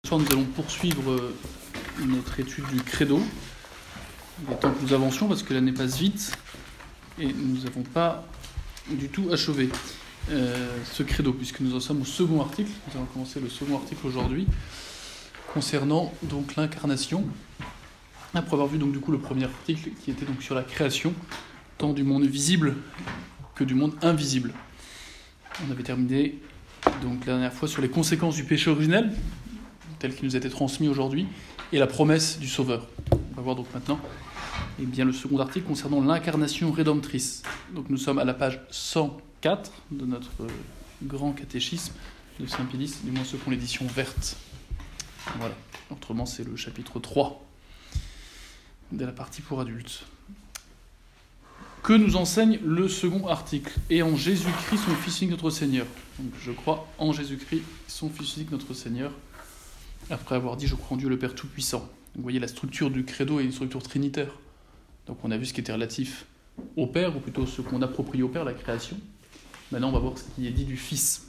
soir, nous allons poursuivre notre étude du Credo. Il est temps que nous avancions parce que l'année passe vite et nous n'avons pas du tout achevé ce Credo, puisque nous en sommes au second article. Nous allons commencer le second article aujourd'hui, concernant donc l'incarnation. Après avoir vu donc du coup le premier article qui était donc sur la création, tant du monde visible que du monde invisible. On avait terminé donc la dernière fois sur les conséquences du péché originel, tel qu'il nous a été transmis aujourd'hui, et la promesse du Sauveur. On va voir donc maintenant le second article concernant l'incarnation rédemptrice. Donc nous sommes à la page 104 de notre grand catéchisme de Saint-Pédis, du moins ceux qui ont l'édition verte. Voilà. Autrement, c'est le chapitre 3 de la partie pour adultes. Que nous enseigne le second article ? Et en Jésus-Christ, son Fils unique notre Seigneur. Donc, je crois en Jésus-Christ, son Fils unique notre Seigneur, après avoir dit « Je crois en Dieu le Père Tout-Puissant ». Vous voyez, la structure du credo est une structure trinitaire. Donc on a vu ce qui était relatif au Père, ou plutôt ce qu'on approprie au Père, la création. Maintenant, on va voir ce qui est dit du Fils.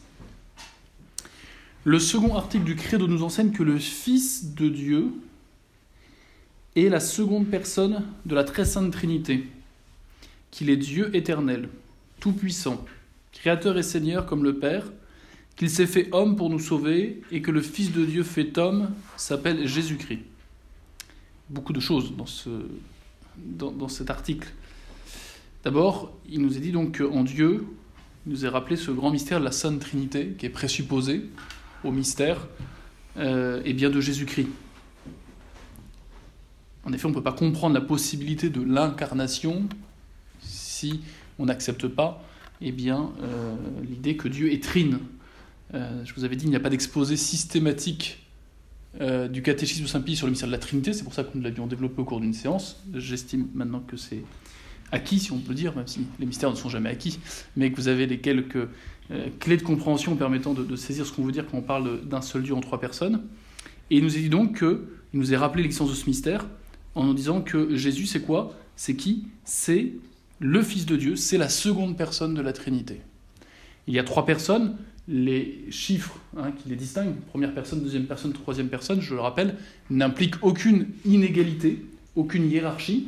Le second article du credo nous enseigne que le Fils de Dieu est la seconde personne de la très sainte Trinité, qu'il est Dieu éternel, tout-puissant, créateur et Seigneur comme le Père, qu'il s'est fait homme pour nous sauver, et que le Fils de Dieu fait homme s'appelle Jésus-Christ. Beaucoup de choses dans cet article. D'abord, il nous est dit donc qu'en Dieu, il nous est rappelé ce grand mystère de la Sainte Trinité, qui est présupposé au mystère de Jésus-Christ. En effet, on ne peut pas comprendre la possibilité de l'incarnation si on n'accepte pas l'idée que Dieu est trine. Je vous avais dit, il n'y a pas d'exposé systématique du catéchisme de Saint-Pédis sur le mystère de la Trinité. C'est pour ça que nous l'avions développé au cours d'une séance. J'estime maintenant que c'est acquis, si on peut dire, même si les mystères ne sont jamais acquis, mais que vous avez les quelques clés de compréhension permettant de saisir ce qu'on veut dire quand on parle d'un seul Dieu en trois personnes. Et il nous est dit donc qu'il nous est rappelé l'existence de ce mystère en nous disant que Jésus, c'est quoi ? C'est qui ? C'est le Fils de Dieu, c'est la seconde personne de la Trinité. Il y a trois personnes, les chiffres qui les distinguent, première personne, deuxième personne, troisième personne, je le rappelle, n'impliquent aucune inégalité, aucune hiérarchie.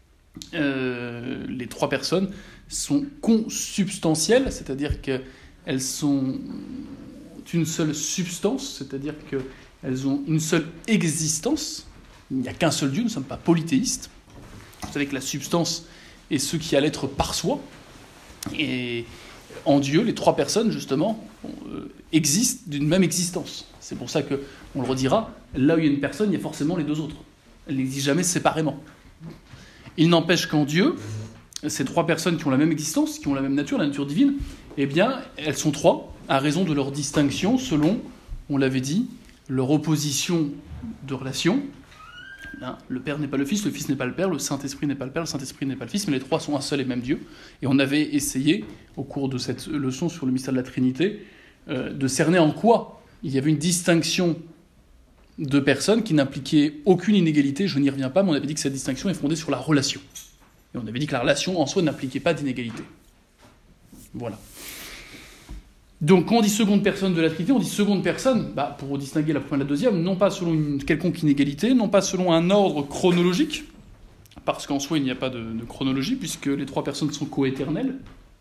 Les trois personnes sont consubstantielles, c'est-à-dire qu'elles sont une seule substance, c'est-à-dire qu'elles ont une seule existence. Il n'y a qu'un seul Dieu, nous ne sommes pas polythéistes. Vous savez que la substance est ce qui a l'être par soi. Et en Dieu, les trois personnes, justement, existent d'une même existence. C'est pour ça qu'on le redira, là où il y a une personne, il y a forcément les deux autres. Elle n'existe jamais séparément. Il n'empêche qu'en Dieu, ces trois personnes qui ont la même existence, qui ont la même nature, la nature divine, elles sont trois, à raison de leur distinction, selon, on l'avait dit, leur opposition de relation. Le Père n'est pas le Fils n'est pas le Père, le Saint-Esprit n'est pas le Père, le Saint-Esprit n'est pas le Fils, mais les trois sont un seul et même Dieu. Et on avait essayé, au cours de cette leçon sur le mystère de la Trinité, de cerner en quoi il y avait une distinction de personnes qui n'impliquait aucune inégalité. Je n'y reviens pas, mais on avait dit que cette distinction est fondée sur la relation. Et on avait dit que la relation en soi n'impliquait pas d'inégalité. Voilà. Donc, quand on dit seconde personne de la Trinité, on dit seconde personne, pour distinguer la première et la deuxième, non pas selon une quelconque inégalité, non pas selon un ordre chronologique, parce qu'en soi, il n'y a pas de chronologie, puisque les trois personnes sont coéternelles,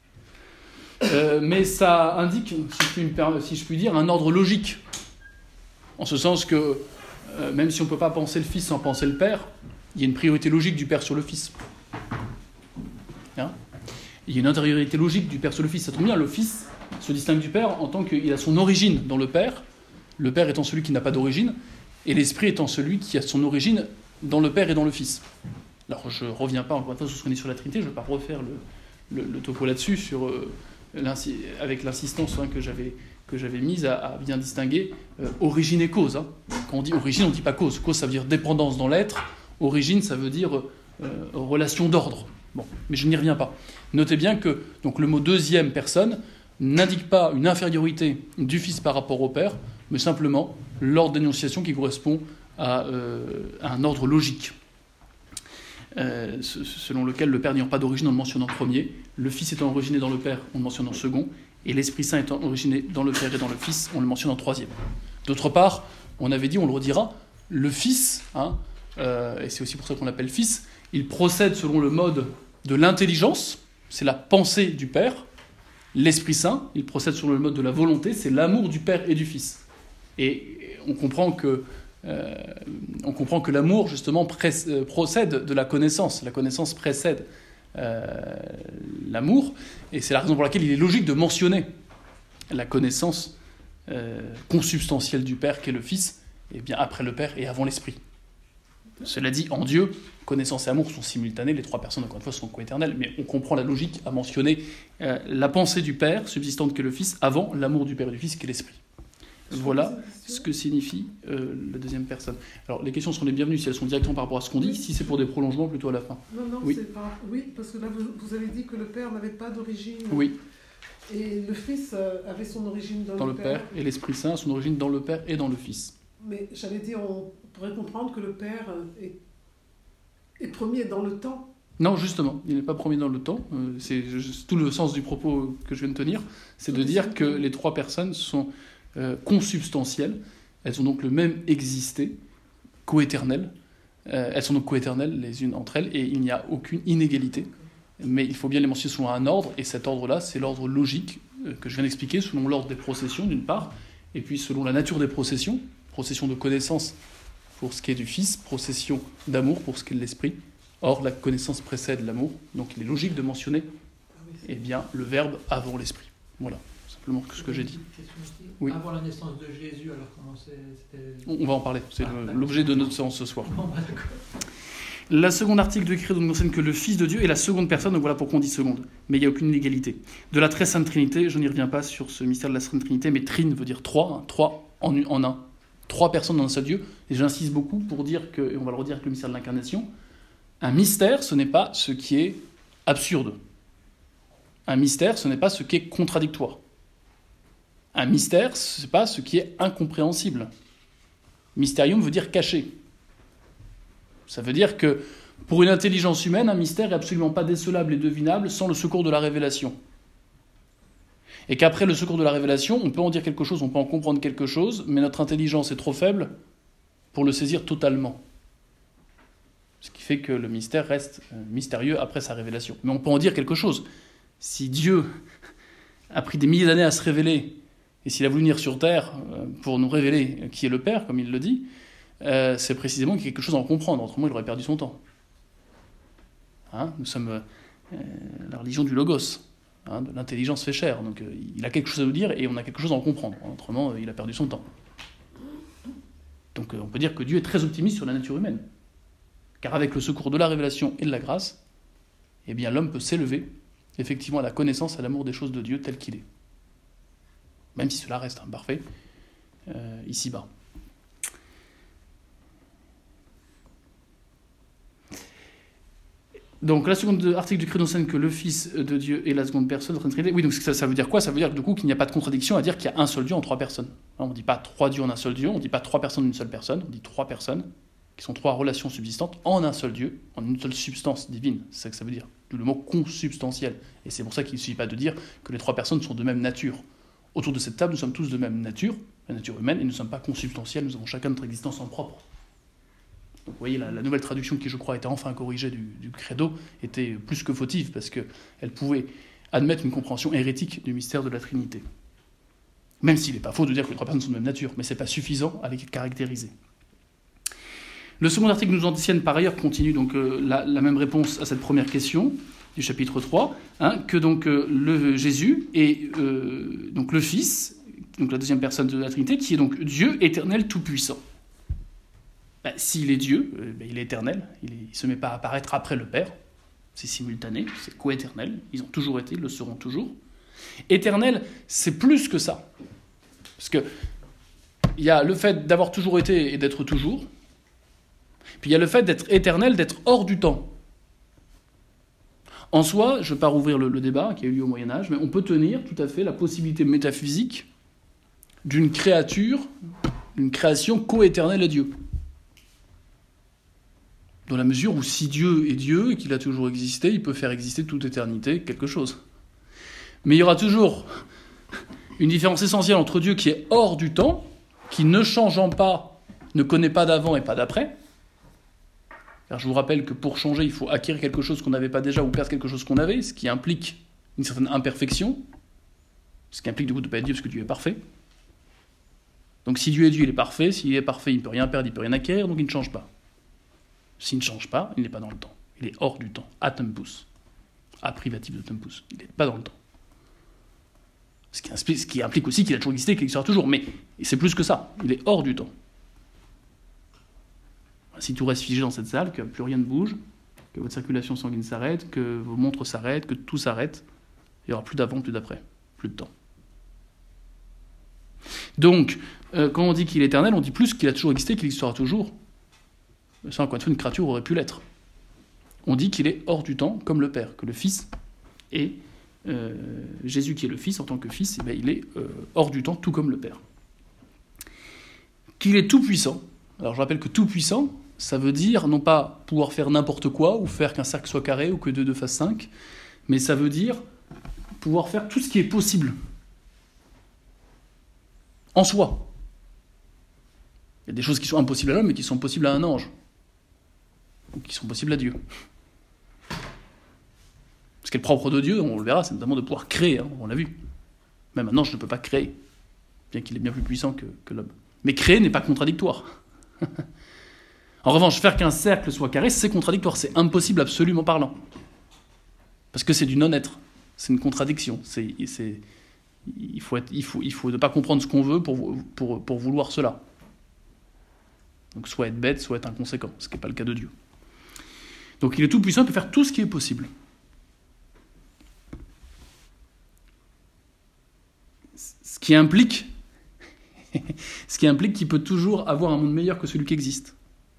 mais ça indique, si je puis dire, un ordre logique, en ce sens que, même si on ne peut pas penser le Fils sans penser le Père, il y a une priorité logique du Père sur le Fils. Il y a une intériorité logique du Père sur le Fils. Ça tombe bien, le Fils se distingue du Père en tant qu'il a son origine dans le Père étant celui qui n'a pas d'origine, et l'Esprit étant celui qui a son origine dans le Père et dans le Fils. Alors je ne reviens pas encore une fois sur ce qu'on dit sur la Trinité, je ne vais pas refaire le topo là-dessus, avec l'insistance que j'avais mise à bien distinguer origine et cause. Quand on dit origine, on ne dit pas cause. Cause, ça veut dire dépendance dans l'être. Origine, ça veut dire relation d'ordre. Bon, mais je n'y reviens pas. Notez bien que donc, le mot deuxième personne n'indique pas une infériorité du Fils par rapport au Père, mais simplement l'ordre d'énonciation qui correspond à un ordre logique, selon lequel le Père n'ayant pas d'origine, on le mentionne en premier, le Fils étant originé dans le Père, on le mentionne en second, et l'Esprit Saint étant originé dans le Père et dans le Fils, on le mentionne en troisième. D'autre part, on avait dit, on le redira, le Fils, et c'est aussi pour ça qu'on l'appelle Fils, il procède selon le mode de l'intelligence, c'est la pensée du Père. L'Esprit Saint, il procède selon le mode de la volonté, c'est l'amour du Père et du Fils. Et on comprend que l'amour, justement, procède de la connaissance. La connaissance précède l'amour, et c'est la raison pour laquelle il est logique de mentionner la connaissance consubstantielle du Père, qu'est le Fils, et bien après le Père et avant l'Esprit. Cela dit, en Dieu, connaissance et amour sont simultanés, les trois personnes, encore une fois, sont coéternelles, mais on comprend la logique à mentionner la pensée du Père, subsistante que le Fils, avant l'amour du Père et du Fils, qu'est l'Esprit. Voilà ce que signifie la deuxième personne. Alors, les questions seront les bienvenues si elles sont directement par rapport à ce qu'on dit, si c'est pour des prolongements, plutôt à la fin. Non, oui. C'est pas... Oui, parce que là, vous avez dit que le Père n'avait pas d'origine. Oui. Et le Fils avait son origine dans le Père. Et l'Esprit Saint a son origine dans le Père et dans le Fils. Mais j'allais dire, on pourrait comprendre que le Père est premier dans le temps. Non, justement, il n'est pas premier dans le temps. C'est tout le sens du propos que je viens de tenir, c'est de dire que les trois personnes sont consubstantielles. Elles ont donc le même existé, coéternel. Elles sont donc coéternelles les unes entre elles, et il n'y a aucune inégalité. Mais il faut bien les mentionner selon un ordre, et cet ordre-là, c'est l'ordre logique que je viens d'expliquer, selon l'ordre des processions, d'une part, et puis selon la nature des procession de connaissance pour ce qui est du Fils, procession d'amour pour ce qui est de l'Esprit. Or, la connaissance précède l'amour, donc il est logique de mentionner bien, le Verbe avant l'Esprit. Voilà, simplement ce que j'ai dit. Oui. Avant la naissance de Jésus, alors comment c'était... On va en parler, c'est l'objet de notre séance ce soir. La seconde article du Credo nous enseigne que le Fils de Dieu est la seconde personne, donc voilà pourquoi on dit seconde. Mais il n'y a aucune inégalité. De la très sainte Trinité, je n'y reviens pas sur ce mystère de la sainte Trinité, mais trine veut dire trois, trois en un. Trois personnes dans un seul Dieu. Et j'insiste beaucoup pour dire que, et on va le redire avec le mystère de l'incarnation, un mystère, ce n'est pas ce qui est absurde. Un mystère, ce n'est pas ce qui est contradictoire. Un mystère, ce n'est pas ce qui est incompréhensible. Mysterium veut dire caché. Ça veut dire que pour une intelligence humaine, un mystère n'est absolument pas décelable et devinable sans le secours de la révélation. Et qu'après le secours de la révélation, on peut en dire quelque chose, on peut en comprendre quelque chose, mais notre intelligence est trop faible pour le saisir totalement. Ce qui fait que le mystère reste mystérieux après sa révélation. Mais on peut en dire quelque chose. Si Dieu a pris des milliers d'années à se révéler, et s'il a voulu venir sur Terre pour nous révéler qui est le Père, comme il le dit, c'est précisément qu'il y a quelque chose à en comprendre. Autrement, il aurait perdu son temps. Nous sommes la religion du logos, de l'intelligence fait chair. Donc il a quelque chose à nous dire et on a quelque chose à en comprendre. Autrement, il a perdu son temps. Donc on peut dire que Dieu est très optimiste sur la nature humaine. Car avec le secours de la révélation et de la grâce, eh bien l'homme peut s'élever effectivement à la connaissance, à l'amour des choses de Dieu tel qu'il est. Même si cela reste imparfait ici-bas. Donc la seconde article du Credo enseigne que le Fils de Dieu est la seconde personne de la Trinité. Oui, donc ça veut dire quoi ? Ça veut dire du coup qu'il n'y a pas de contradiction à dire qu'il y a un seul Dieu en trois personnes. On ne dit pas trois dieux en un seul Dieu, on ne dit pas trois personnes en une seule personne, on dit trois personnes qui sont trois relations subsistantes en un seul Dieu, en une seule substance divine. C'est ça que ça veut dire. D'où le mot consubstantiel. Et c'est pour ça qu'il ne suffit pas de dire que les trois personnes sont de même nature. Autour de cette table, nous sommes tous de même nature, la nature humaine, et nous ne sommes pas consubstantiels, nous avons chacun notre existence en propre. Donc vous voyez, la nouvelle traduction qui, je crois, était enfin corrigée du Credo, était plus que fautive, parce qu'elle pouvait admettre une compréhension hérétique du mystère de la Trinité. Même s'il n'est pas faux de dire que les trois personnes sont de même nature, mais ce n'est pas suffisant à les caractériser. Le second article nous enseigne par ailleurs, continue donc la même réponse à cette première question du chapitre 3, que donc le Jésus est donc le Fils, donc la deuxième personne de la Trinité, qui est donc Dieu éternel tout-puissant. S'il est Dieu, il est éternel, il ne se met pas à apparaître après le Père, c'est simultané, c'est coéternel, ils ont toujours été, ils le seront toujours. Éternel, c'est plus que ça. Parce que il y a le fait d'avoir toujours été et d'être toujours, puis il y a le fait d'être éternel, d'être hors du temps. En soi, je ne vais pas rouvrir le débat qui a eu lieu au Moyen-Âge, mais on peut tenir tout à fait la possibilité métaphysique d'une création coéternelle à Dieu. Dans la mesure où si Dieu est Dieu et qu'il a toujours existé, il peut faire exister toute éternité quelque chose. Mais il y aura toujours une différence essentielle entre Dieu qui est hors du temps qui, ne changeant pas, ne connaît pas d'avant et pas d'après. Car je vous rappelle que pour changer, il faut acquérir quelque chose qu'on n'avait pas déjà ou perdre quelque chose qu'on avait, ce qui implique une certaine imperfection, ce qui implique du coup de ne pas être Dieu parce que Dieu est parfait. Donc si Dieu est Dieu, il est parfait. S'il est parfait, il ne peut rien perdre, il ne peut rien acquérir, donc il ne change pas. S'il ne change pas, il n'est pas dans le temps. Il est hors du temps. A tempus. A privatif de tempus. Il n'est pas dans le temps. Ce qui implique aussi qu'il a toujours existé et qu'il existera toujours. Mais c'est plus que ça. Il est hors du temps. Si tout reste figé dans cette salle, que plus rien ne bouge, que votre circulation sanguine s'arrête, que vos montres s'arrêtent, que tout s'arrête, il n'y aura plus d'avant, plus d'après. Plus de temps. Donc, quand on dit qu'il est éternel, on dit plus qu'il a toujours existé, qu'il existera toujours. Ça, encore une fois, une créature aurait pu l'être. On dit qu'il est hors du temps, comme le Père, que le Fils est... Jésus qui est le Fils, en tant que Fils, il est hors du temps, tout comme le Père. Qu'il est tout-puissant. Alors, je rappelle que tout-puissant, ça veut dire non pas pouvoir faire n'importe quoi, ou faire qu'un cercle soit carré, ou que 2 fasse 5, mais ça veut dire pouvoir faire tout ce qui est possible. En soi. Il y a des choses qui sont impossibles à l'homme, mais qui sont possibles à un ange. Ou qui sont possibles à Dieu. Ce qui est le propre de Dieu, on le verra, c'est notamment de pouvoir créer, on l'a vu. Même un ange ne peut pas créer, bien qu'il est bien plus puissant que l'homme. Mais créer n'est pas contradictoire. En revanche, faire qu'un cercle soit carré, c'est contradictoire, c'est impossible absolument parlant. Parce que c'est du non-être, c'est une contradiction. Il faut ne pas comprendre ce qu'on veut pour vouloir cela. Donc soit être bête, soit être inconséquent, ce qui n'est pas le cas de Dieu. Donc il est tout puissant, il peut faire tout ce qui est possible. Ce qui implique qu'il peut toujours avoir un monde meilleur que celui qui existe.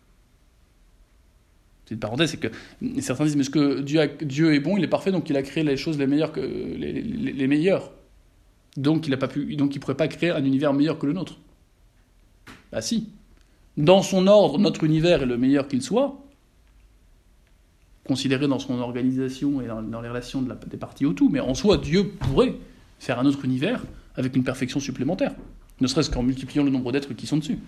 C'est une parenthèse, c'est que certains disent, mais est-ce que Dieu est bon, il est parfait, donc il a créé les choses les meilleures que les meilleures. Donc il ne pourrait pas créer un univers meilleur que le nôtre. Bah si. Dans son ordre, notre univers est le meilleur qu'il soit, considéré dans son organisation et dans les relations des parties au tout, mais en soi, Dieu pourrait faire un autre univers avec une perfection supplémentaire, ne serait-ce qu'en multipliant le nombre d'êtres qui sont dessus.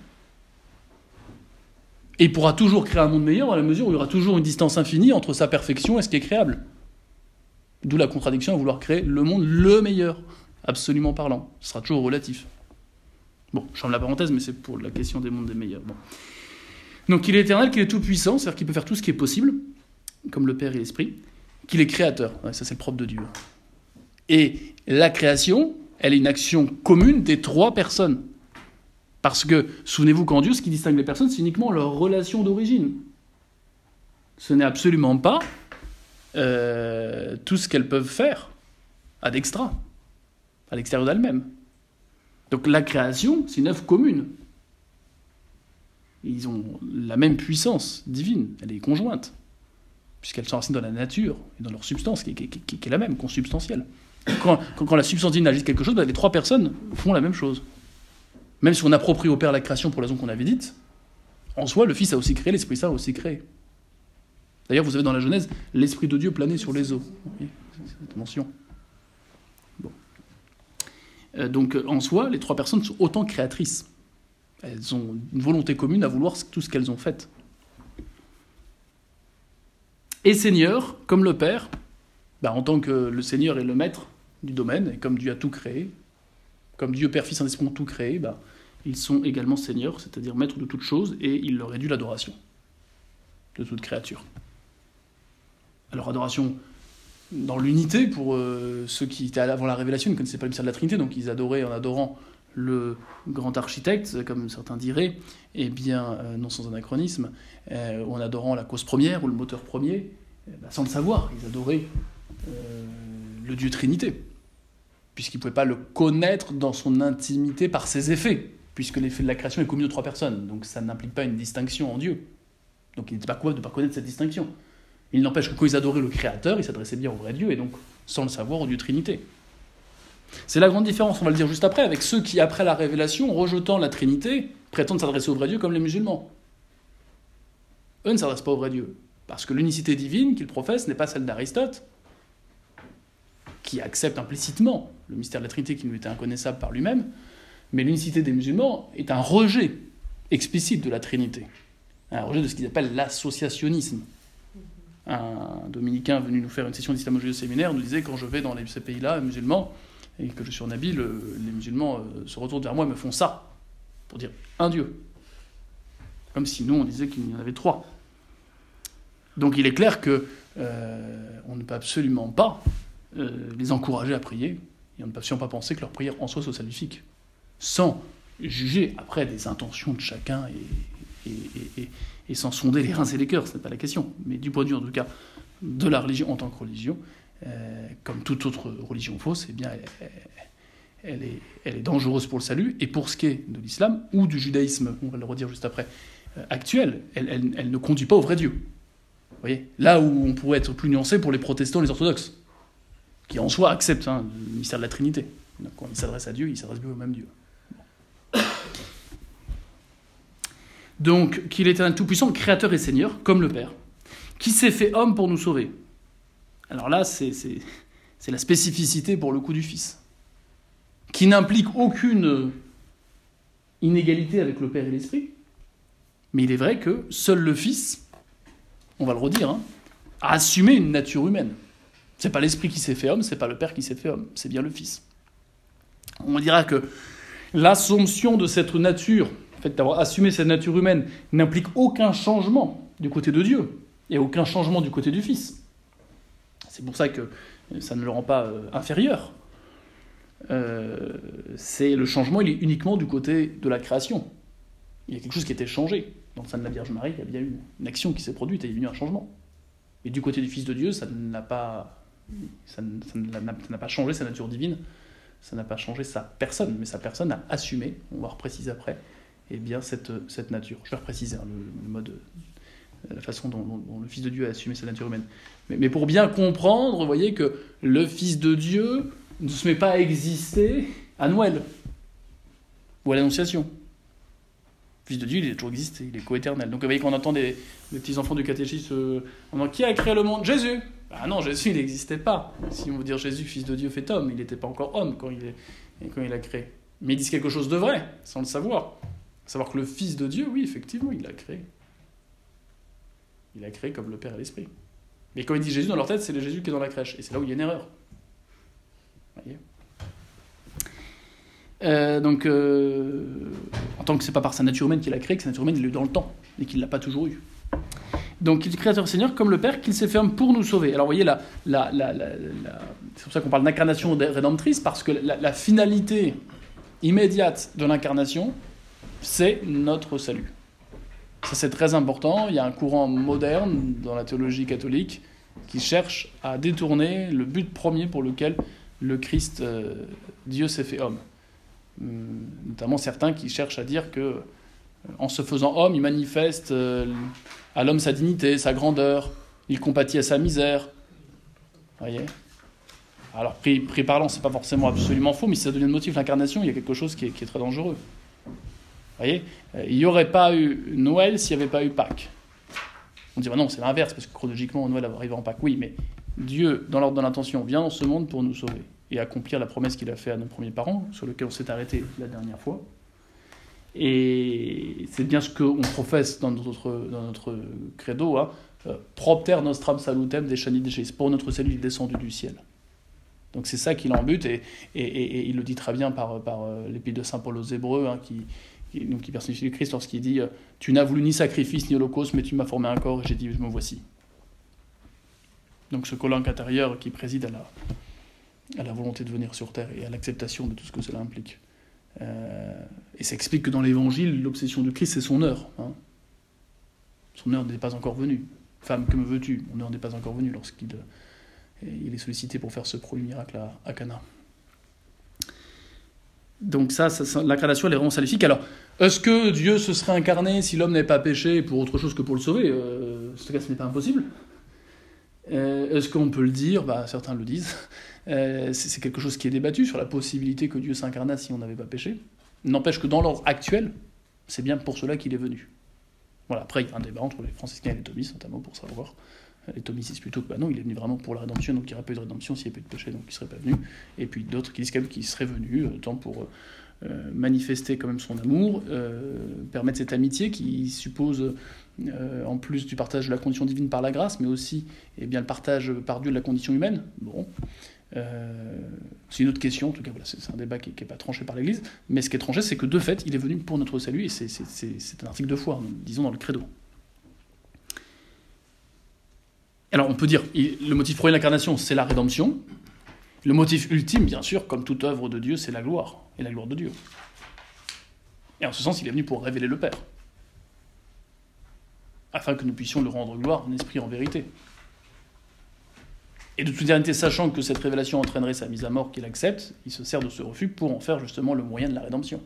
Et il pourra toujours créer un monde meilleur dans la mesure où il y aura toujours une distance infinie entre sa perfection et ce qui est créable. D'où la contradiction à vouloir créer le monde le meilleur, absolument parlant. Ce sera toujours relatif. Bon, je ferme la parenthèse, mais c'est pour la question des mondes des meilleurs. Bon. Donc il est éternel, qu'il est tout-puissant, c'est-à-dire qu'il peut faire tout ce qui est possible, comme le Père et l'Esprit, qu'il est créateur. Ouais, ça, c'est le propre de Dieu. Et la création, elle est une action commune des 3 personnes. Parce que, souvenez-vous qu'en Dieu, ce qui distingue les personnes, c'est uniquement leur relation d'origine. Ce n'est absolument pas tout ce qu'elles peuvent faire ad extra, à l'extérieur d'elles-mêmes. Donc la création, c'est une œuvre commune. Ils ont la même puissance divine, elle est conjointe, puisqu'elles sont racines dans la nature et dans leur substance, qui est la même, consubstantielle. Quand la substance divine agit quelque chose, les 3 personnes font la même chose. Même si on approprie au Père la création pour la raison qu'on avait dite, en soi, le Fils a aussi créé, l'Esprit Saint a aussi créé. D'ailleurs, vous avez dans la Genèse l'Esprit de Dieu planer sur les eaux. Oui, cette mention. Bon. Donc, en soi, les 3 personnes sont autant créatrices. Elles ont une volonté commune à vouloir tout ce qu'elles ont fait. Et Seigneur, comme le Père, en tant que le Seigneur est le maître du domaine, et comme Dieu a tout créé, comme Dieu, Père, Fils, Saint-Esprit ont tout créé, ils sont également seigneurs, c'est-à-dire maîtres de toutes choses, et il leur est dû l'adoration de toute créature. Alors, adoration dans l'unité, pour ceux qui étaient avant la révélation, ils ne connaissaient pas le mystère de la Trinité, donc ils adoraient en adorant le grand architecte, comme certains diraient, non sans anachronisme, ou en adorant la cause première, ou le moteur premier, sans le savoir, ils adoraient le Dieu Trinité, puisqu'ils ne pouvaient pas le connaître dans son intimité par ses effets, puisque l'effet de la création est commun aux 3 personnes, donc ça n'implique pas une distinction en Dieu. Donc ils n'étaient pas capables de ne pas connaître cette distinction. Il n'empêche que quand ils adoraient le Créateur, ils s'adressaient bien au vrai Dieu, et donc, sans le savoir, au Dieu Trinité. C'est la grande différence, on va le dire juste après, avec ceux qui, après la révélation, rejetant la Trinité, prétendent s'adresser au vrai Dieu comme les musulmans. Eux ne s'adressent pas au vrai Dieu, parce que l'unicité divine qu'ils professent n'est pas celle d'Aristote, qui accepte implicitement le mystère de la Trinité qui nous était inconnaissable par lui-même, Mais l'unicité des musulmans est un rejet explicite de la Trinité, un rejet de ce qu'ils appellent l'associationnisme. Un dominicain venu nous faire une session d'islamo-judaïsme au séminaire nous disait, quand je vais dans ces pays-là, musulmans, et que je suis en habit, les musulmans se retournent vers moi et me font ça, pour dire un Dieu. Comme si nous, on disait qu'il y en avait 3. Donc il est clair que on ne peut absolument pas les encourager à prier, et on ne peut absolument pas penser que leur prière en soi soit salvifique, sans juger après des intentions de chacun et sans sonder les reins et les cœurs, ce n'est pas la question. Mais du point de vue, en tout cas, de la religion en tant que religion, comme toute autre religion fausse, eh bien, elle est dangereuse pour le salut. Et pour ce qui est de l'islam, ou du judaïsme, on va le redire juste après, actuel, elle ne conduit pas au vrai Dieu. Vous voyez ? Là où on pourrait être plus nuancé pour les protestants et les orthodoxes, qui en soi acceptent le mystère de la Trinité. Donc, quand ils s'adressent à Dieu, ils s'adressent bien au même Dieu. Donc, qu'il est un tout-puissant, créateur et seigneur, comme le Père, qui s'est fait homme pour nous sauver. Alors là, c'est la spécificité pour le coup du Fils, qui n'implique aucune inégalité avec le Père et l'Esprit, mais il est vrai que seul le Fils, on va le redire, a assumé une nature humaine. C'est pas l'Esprit qui s'est fait homme, c'est pas le Père qui s'est fait homme, c'est bien le Fils. On dira que l'assomption de cette nature, le fait d'avoir assumé cette nature humaine, n'implique aucun changement du côté de Dieu et aucun changement du côté du Fils. C'est pour ça que ça ne le rend pas inférieur. C'est le changement, il est uniquement du côté de la création. Il y a quelque chose qui a été changé. Dans le sein de la Vierge Marie, il y a bien eu une action qui s'est produite et il y a eu un changement. Et du côté du Fils de Dieu, ça n'a pas changé sa nature divine, ça n'a pas changé sa personne, mais sa personne a assumé, on va repréciser après, eh bien cette nature. Je vais repréciser le mode, la façon dont le Fils de Dieu a assumé sa nature humaine. Mais pour bien comprendre, vous voyez que le Fils de Dieu ne se met pas à exister à Noël ou à l'Annonciation. Le Fils de Dieu, il a toujours existé, il est coéternel. Donc vous voyez qu'on entend des petits-enfants du catéchisme en disant « Qui a créé le monde ? Jésus !» Ah non, Jésus, il n'existait pas. Si on veut dire Jésus, Fils de Dieu fait homme, il n'était pas encore homme quand il a créé. Mais ils disent quelque chose de vrai, sans le savoir. Savoir que le Fils de Dieu, oui, effectivement, il l'a créé. Il l'a créé comme le Père et l'Esprit. Mais quand ils disent Jésus, dans leur tête, c'est le Jésus qui est dans la crèche. Et c'est là où il y a une erreur. Vous voyez ? En tant que c'est pas par sa nature humaine qu'il a créé, que sa nature humaine, il l'a eu dans le temps, et qu'il ne l'a pas toujours eu. Donc, il est créateur Seigneur comme le Père, qu'il s'est fait homme pour nous sauver. Alors, vous voyez, c'est pour ça qu'on parle d'incarnation rédemptrice, parce que la finalité immédiate de l'incarnation, c'est notre salut. Ça, c'est très important. Il y a un courant moderne dans la théologie catholique qui cherche à détourner le but premier pour lequel le Christ, Dieu, s'est fait homme. Notamment certains qui cherchent à dire que, en se faisant homme, il manifeste à l'homme sa dignité, sa grandeur, il compatit à sa misère. Voyez ? Alors, pris parlant, c'est pas forcément absolument faux, mais si ça devient le motif de l'incarnation, il y a quelque chose qui est très dangereux. Voyez ? Il n'y aurait pas eu Noël s'il n'y avait pas eu Pâques. On dit, non, c'est l'inverse, parce que chronologiquement, Noël arrive en Pâques. Oui, mais Dieu, dans l'ordre de l'intention, vient dans ce monde pour nous sauver et accomplir la promesse qu'il a faite à nos premiers parents, sur lequel on s'est arrêté la dernière fois. Et c'est bien ce qu'on professe dans notre credo, propter nostram salutem descendit de Jésus. Pour notre salut, il est descendu du ciel. Donc c'est ça qu'il en but, et il le dit très bien par l'épître de saint Paul aux Hébreux, qui personnifie le Christ lorsqu'il dit « Tu n'as voulu ni sacrifice ni holocauste, mais tu m'as formé un corps, et j'ai dit, me voici. » Donc ce colloque intérieur qui préside à la volonté de venir sur terre et à l'acceptation de tout ce que cela implique. Et ça explique que dans l'Évangile, l'obsession du Christ, c'est son heure. Son heure n'est pas encore venue. « Femme, que me veux-tu » Mon heure n'est pas encore venue lorsqu'il est sollicité pour faire ce premier miracle à Cana. Donc ça l'incarnation, elle est vraiment salvifique. Alors, est-ce que Dieu se serait incarné si l'homme n'avait pas péché pour autre chose que pour le sauver ? En tout cas, ce n'est pas impossible. Est-ce qu'on peut le dire ? Certains le disent. C'est quelque chose qui est débattu sur la possibilité que Dieu s'incarna si on n'avait pas péché. N'empêche que dans l'ordre actuel, c'est bien pour cela qu'il est venu. Voilà. Après, il y a un débat entre les franciscains et les thomistes, notamment pour savoir. Les thomistes disent plutôt que non, il est venu vraiment pour la rédemption, donc il n'y aurait pas eu de rédemption s'il n'y avait pas eu de péché, donc il ne serait pas venu. Et puis d'autres qui disent quand même qu'il serait venu, tant pour manifester quand même son amour, permettre cette amitié qui suppose, en plus du partage de la condition divine par la grâce, mais aussi le partage par Dieu de la condition humaine. Bon, c'est une autre question, en tout cas voilà, c'est un débat qui n'est pas tranché par l'Église, mais ce qui est tranché, c'est que de fait, il est venu pour notre salut, et c'est un article de foi, disons dans le credo. Alors on peut dire, le motif premier de l'incarnation, c'est la rédemption. Le motif ultime, bien sûr, comme toute œuvre de Dieu, c'est la gloire, et la gloire de Dieu. Et en ce sens, il est venu pour révéler le Père, afin que nous puissions le rendre gloire en esprit, en vérité. Et de toute éternité, sachant que cette révélation entraînerait sa mise à mort qu'il accepte, il se sert de ce refus pour en faire justement le moyen de la rédemption.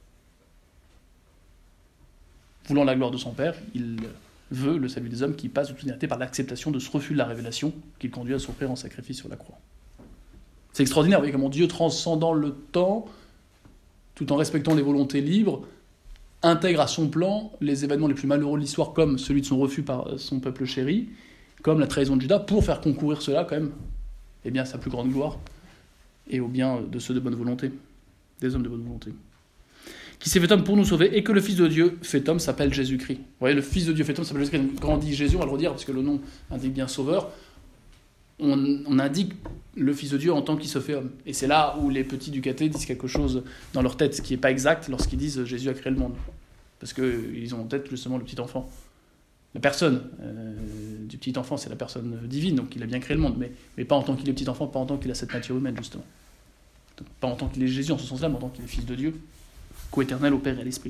Voulant la gloire de son Père, il veut le salut des hommes qui passe de toute éternité par l'acceptation de ce refus de la révélation qu'il conduit à s'offrir en sacrifice sur la croix. C'est extraordinaire, vous voyez comment Dieu, transcendant le temps, tout en respectant les volontés libres, intègre à son plan les événements les plus malheureux de l'histoire, comme celui de son refus par son peuple chéri, comme la trahison de Judas, pour faire concourir cela quand même, à sa plus grande gloire, et au bien de ceux de bonne volonté, des hommes de bonne volonté. Qui s'est fait homme pour nous sauver, et que le Fils de Dieu fait homme s'appelle Jésus-Christ. Vous voyez, le Fils de Dieu fait homme s'appelle Jésus-Christ. Quand on dit Jésus, on va le redire, parce que le nom indique bien Sauveur, on indique le Fils de Dieu en tant qu'il se fait homme. Et c'est là où les petits du caté disent quelque chose dans leur tête, ce qui n'est pas exact lorsqu'ils disent Jésus a créé le monde. Parce qu'ils ont en tête justement le petit enfant. La personne du petit enfant, c'est la personne divine, donc il a bien créé le monde, mais pas en tant qu'il est petit enfant, pas en tant qu'il a cette nature humaine, justement. Donc, pas en tant qu'il est Jésus en ce sens-là, mais en tant qu'il est Fils de Dieu, co-éternel au Père et à l'Esprit.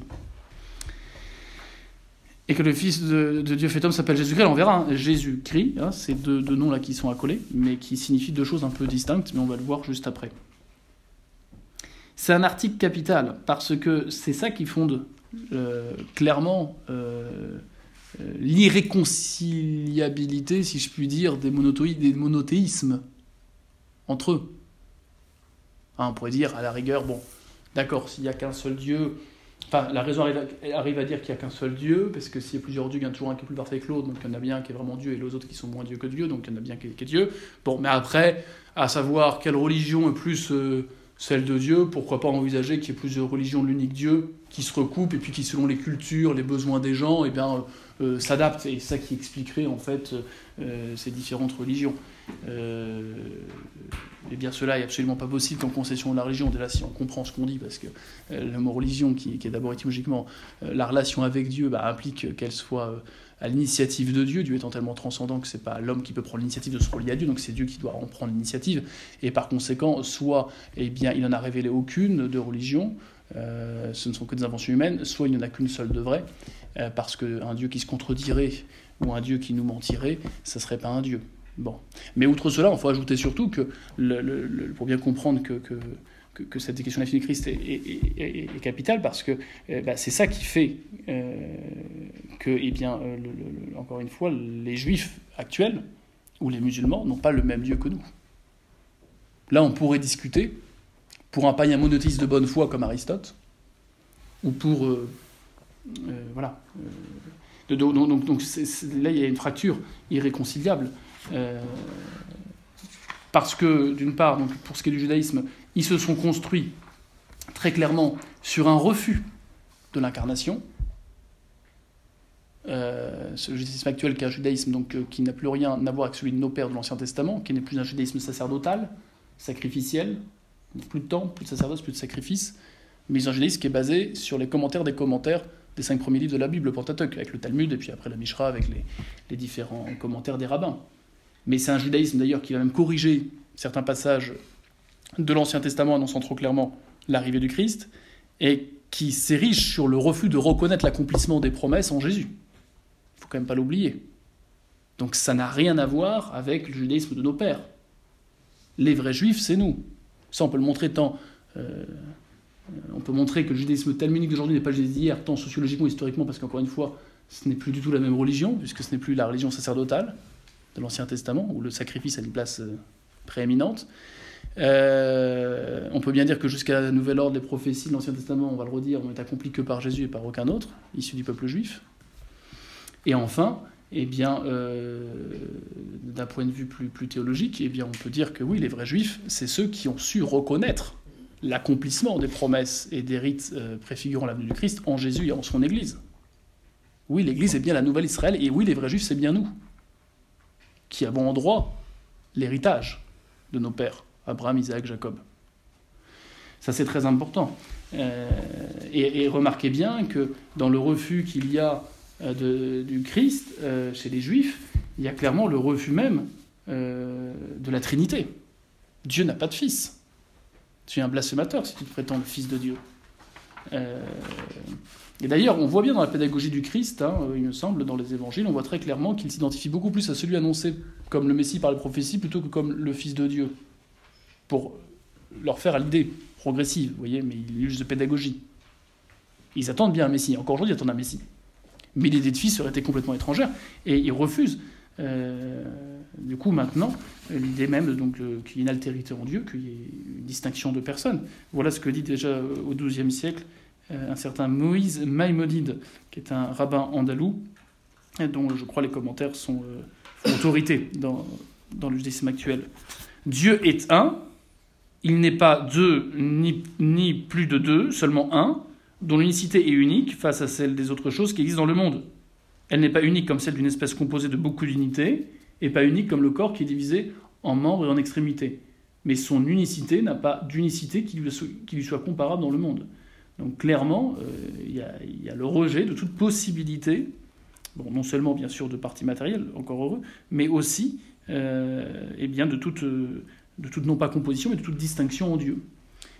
Et que le Fils de Dieu fait homme s'appelle Jésus-Christ. Alors on verra, Jésus-Christ, c'est deux noms là qui sont accolés, mais qui signifient deux choses un peu distinctes, mais on va le voir juste après. C'est un article capital, parce que c'est ça qui fonde clairement l'irréconciliabilité, si je puis dire, des monothéismes entre eux. On pourrait dire, à la rigueur, bon, d'accord, s'il n'y a qu'un seul Dieu... Enfin, la raison arrive à dire qu'il n'y a qu'un seul Dieu, parce que s'il y a plusieurs dieux, il y en a toujours un qui est plus parfait que l'autre, donc il y en a bien qui est vraiment Dieu, et les autres qui sont moins Dieu que Dieu, donc il y en a bien qui est Dieu. Bon, mais après, à savoir quelle religion est plus celle de Dieu, pourquoi pas envisager qu'il y ait plusieurs religions de l'unique Dieu qui se recoupent, et puis qui, selon les cultures, les besoins des gens, s'adaptent, et c'est ça qui expliquerait, en fait, ces différentes religions. Et bien cela est absolument pas possible qu'en concession de la religion, déjà si on comprend ce qu'on dit, parce que le mot religion, qui est d'abord étymologiquement la relation avec Dieu, implique qu'elle soit à l'initiative de Dieu, Dieu étant tellement transcendant que c'est pas l'homme qui peut prendre l'initiative de se relier à Dieu, donc c'est Dieu qui doit en prendre l'initiative, et par conséquent, soit il n'en a révélé aucune de religion, ce ne sont que des inventions humaines, soit il n'y en a qu'une seule de vraie, parce qu'un Dieu qui se contredirait, ou un Dieu qui nous mentirait, ça serait pas un Dieu. Bon. Mais outre cela, il faut ajouter surtout que, pour bien comprendre que cette question de la fin du Christ est capitale, parce que c'est ça qui fait que, encore une fois, les Juifs actuels, ou les musulmans, n'ont pas le même Dieu que nous. Là, on pourrait discuter, pour un païen monothéiste de bonne foi comme Aristote, ou pour... voilà. Donc là, il y a une fracture irréconciliable. Parce que, d'une part, donc, pour ce qui est du judaïsme, ils se sont construits très clairement sur un refus de l'incarnation. Ce judaïsme actuel qui est un judaïsme qui n'a plus rien à voir avec celui de nos pères de l'Ancien Testament, qui n'est plus un judaïsme sacerdotal, sacrificiel, plus de temps, plus de sacerdoce, plus de sacrifice, mais un judaïsme qui est basé sur les commentaires des 5 premiers livres de la Bible, le Pentateuque, avec le Talmud, et puis après la Mishra, avec les différents commentaires des rabbins. Mais c'est un judaïsme d'ailleurs qui va même corriger certains passages de l'Ancien Testament annonçant trop clairement l'arrivée du Christ, et qui s'érige sur le refus de reconnaître l'accomplissement des promesses en Jésus. Il ne faut quand même pas l'oublier. Donc ça n'a rien à voir avec le judaïsme de nos pères. Les vrais juifs, c'est nous. Ça, on peut le montrer tant... on peut montrer que le judaïsme talmudique d'aujourd'hui n'est pas le judaïsme d'hier, tant sociologiquement, historiquement, parce qu'encore une fois, ce n'est plus du tout la même religion, puisque ce n'est plus la religion sacerdotale de l'Ancien Testament, où le sacrifice a une place prééminente. On peut bien dire que jusqu'à la nouvelle ordre, les prophéties de l'Ancien Testament, on va le redire, n'ont été accomplies que par Jésus et par aucun autre, issu du peuple juif. Et enfin, d'un point de vue plus théologique, on peut dire que oui, les vrais juifs, c'est ceux qui ont su reconnaître l'accomplissement des promesses et des rites préfigurant l'avenue du Christ en Jésus et en son Église. Oui, l'Église est bien la nouvelle Israël, et oui, les vrais Juifs, c'est bien nous, qui avons en droit l'héritage de nos pères, Abraham, Isaac, Jacob. Ça, c'est très important. Et remarquez bien que dans le refus qu'il y a du Christ chez les Juifs, il y a clairement le refus même de la Trinité. Dieu n'a pas de fils. Tu es un blasphémateur si tu te prétends le fils de Dieu. Et d'ailleurs, on voit bien dans la pédagogie du Christ, il me semble, dans les évangiles, on voit très clairement qu'il s'identifie beaucoup plus à celui annoncé comme le Messie par les prophéties plutôt que comme le Fils de Dieu, pour leur faire à l'idée progressive, vous voyez, mais il use de pédagogie. Ils attendent bien un Messie, encore aujourd'hui ils attendent un Messie. Mais l'idée de fils aurait été complètement étrangère, et ils refusent. Du coup, maintenant, l'idée même qu'il y ait une altérité en Dieu, qu'il y ait une distinction de personnes. Voilà ce que dit déjà au XIIe siècle un certain Moïse Maïmonide, qui est un rabbin andalou, dont je crois les commentaires font autorité dans le judaïsme actuel. Dieu est un, il n'est pas deux ni plus de deux, seulement un, dont l'unicité est unique face à celle des autres choses qui existent dans le monde. Elle n'est pas unique comme celle d'une espèce composée de beaucoup d'unités, et pas unique comme le corps qui est divisé en membres et en extrémités. Mais son unicité n'a pas d'unicité qui lui soit comparable dans le monde. Donc clairement, il y a le rejet de toute possibilité, bon, non seulement bien sûr de partie matérielle, encore heureux, mais aussi de toute non pas composition, mais de toute distinction en Dieu.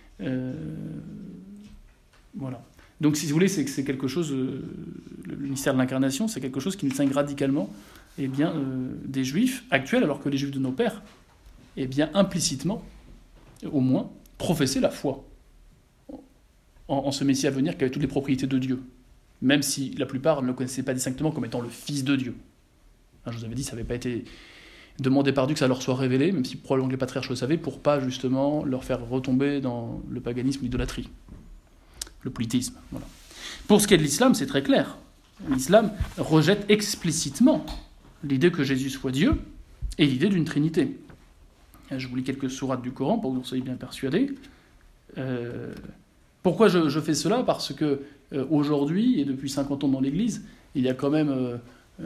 Voilà. Donc si vous voulez, c'est quelque chose, le mystère de l'incarnation, c'est quelque chose qui nous distingue radicalement des Juifs actuels, alors que les Juifs de nos pères, implicitement, au moins, professaient la foi en ce Messie à venir qui avait toutes les propriétés de Dieu, même si la plupart ne le connaissaient pas distinctement comme étant le Fils de Dieu. Je vous avais dit, ça n'avait pas été demandé par Dieu que ça leur soit révélé, même si probablement que les patriarches le savaient, pour pas justement leur faire retomber dans le paganisme, l'idolâtrie, le polythéisme. Voilà. Pour ce qui est de l'islam, c'est très clair. L'islam rejette explicitement l'idée que Jésus soit Dieu et l'idée d'une Trinité. Je vous lis quelques sourates du Coran pour que vous en soyez bien persuadés. Pourquoi je fais cela ? Parce que aujourd'hui, et depuis 50 ans dans l'Église, il y a quand même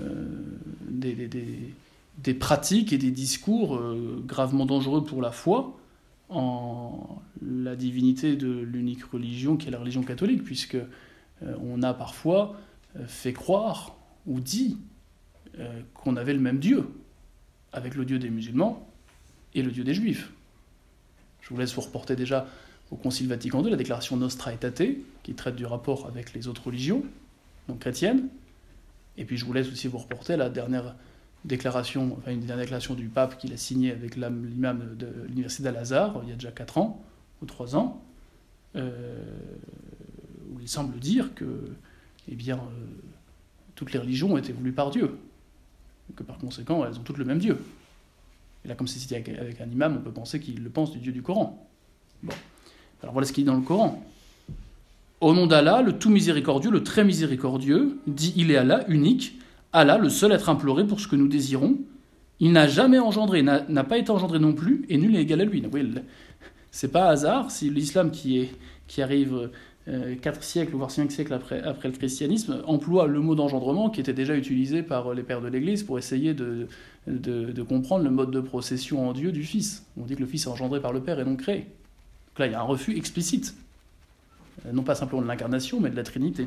des pratiques et des discours gravement dangereux pour la foi en la divinité de l'unique religion qui est la religion catholique, puisque on a parfois fait croire ou dit qu'on avait le même Dieu, avec le Dieu des musulmans et le Dieu des Juifs. Je vous laisse vous reporter déjà au Concile Vatican II, la déclaration Nostra Aetate, qui traite du rapport avec les autres religions, donc chrétiennes. Et puis je vous laisse aussi vous reporter à la dernière déclaration, une dernière déclaration du pape qu'il a signée avec l'imam de l'université d'Al-Azhar, il y a déjà 4 ans, ou 3 ans, où il semble dire que toutes les religions ont été voulues par Dieu, et que par conséquent, elles ont toutes le même Dieu. Et là, comme c'est cité avec un imam, on peut penser qu'il le pense du Dieu du Coran. Bon. Alors voilà ce qu'il dit dans le Coran. Au nom d'Allah, le tout miséricordieux, le très miséricordieux, dit il est Allah, unique, Allah, le seul être imploré pour ce que nous désirons. Il n'a jamais engendré, n'a pas été engendré non plus, et nul n'est égal à lui. Donc, oui, c'est pas hasard si l'islam qui arrive 4 siècles, voire 5 siècles après le christianisme, emploie le mot d'engendrement qui était déjà utilisé par les pères de l'Église pour essayer de comprendre le mode de procession en Dieu du Fils. On dit que le Fils est engendré par le Père et non créé. Donc là, il y a un refus explicite, non pas simplement de l'incarnation, mais de la Trinité.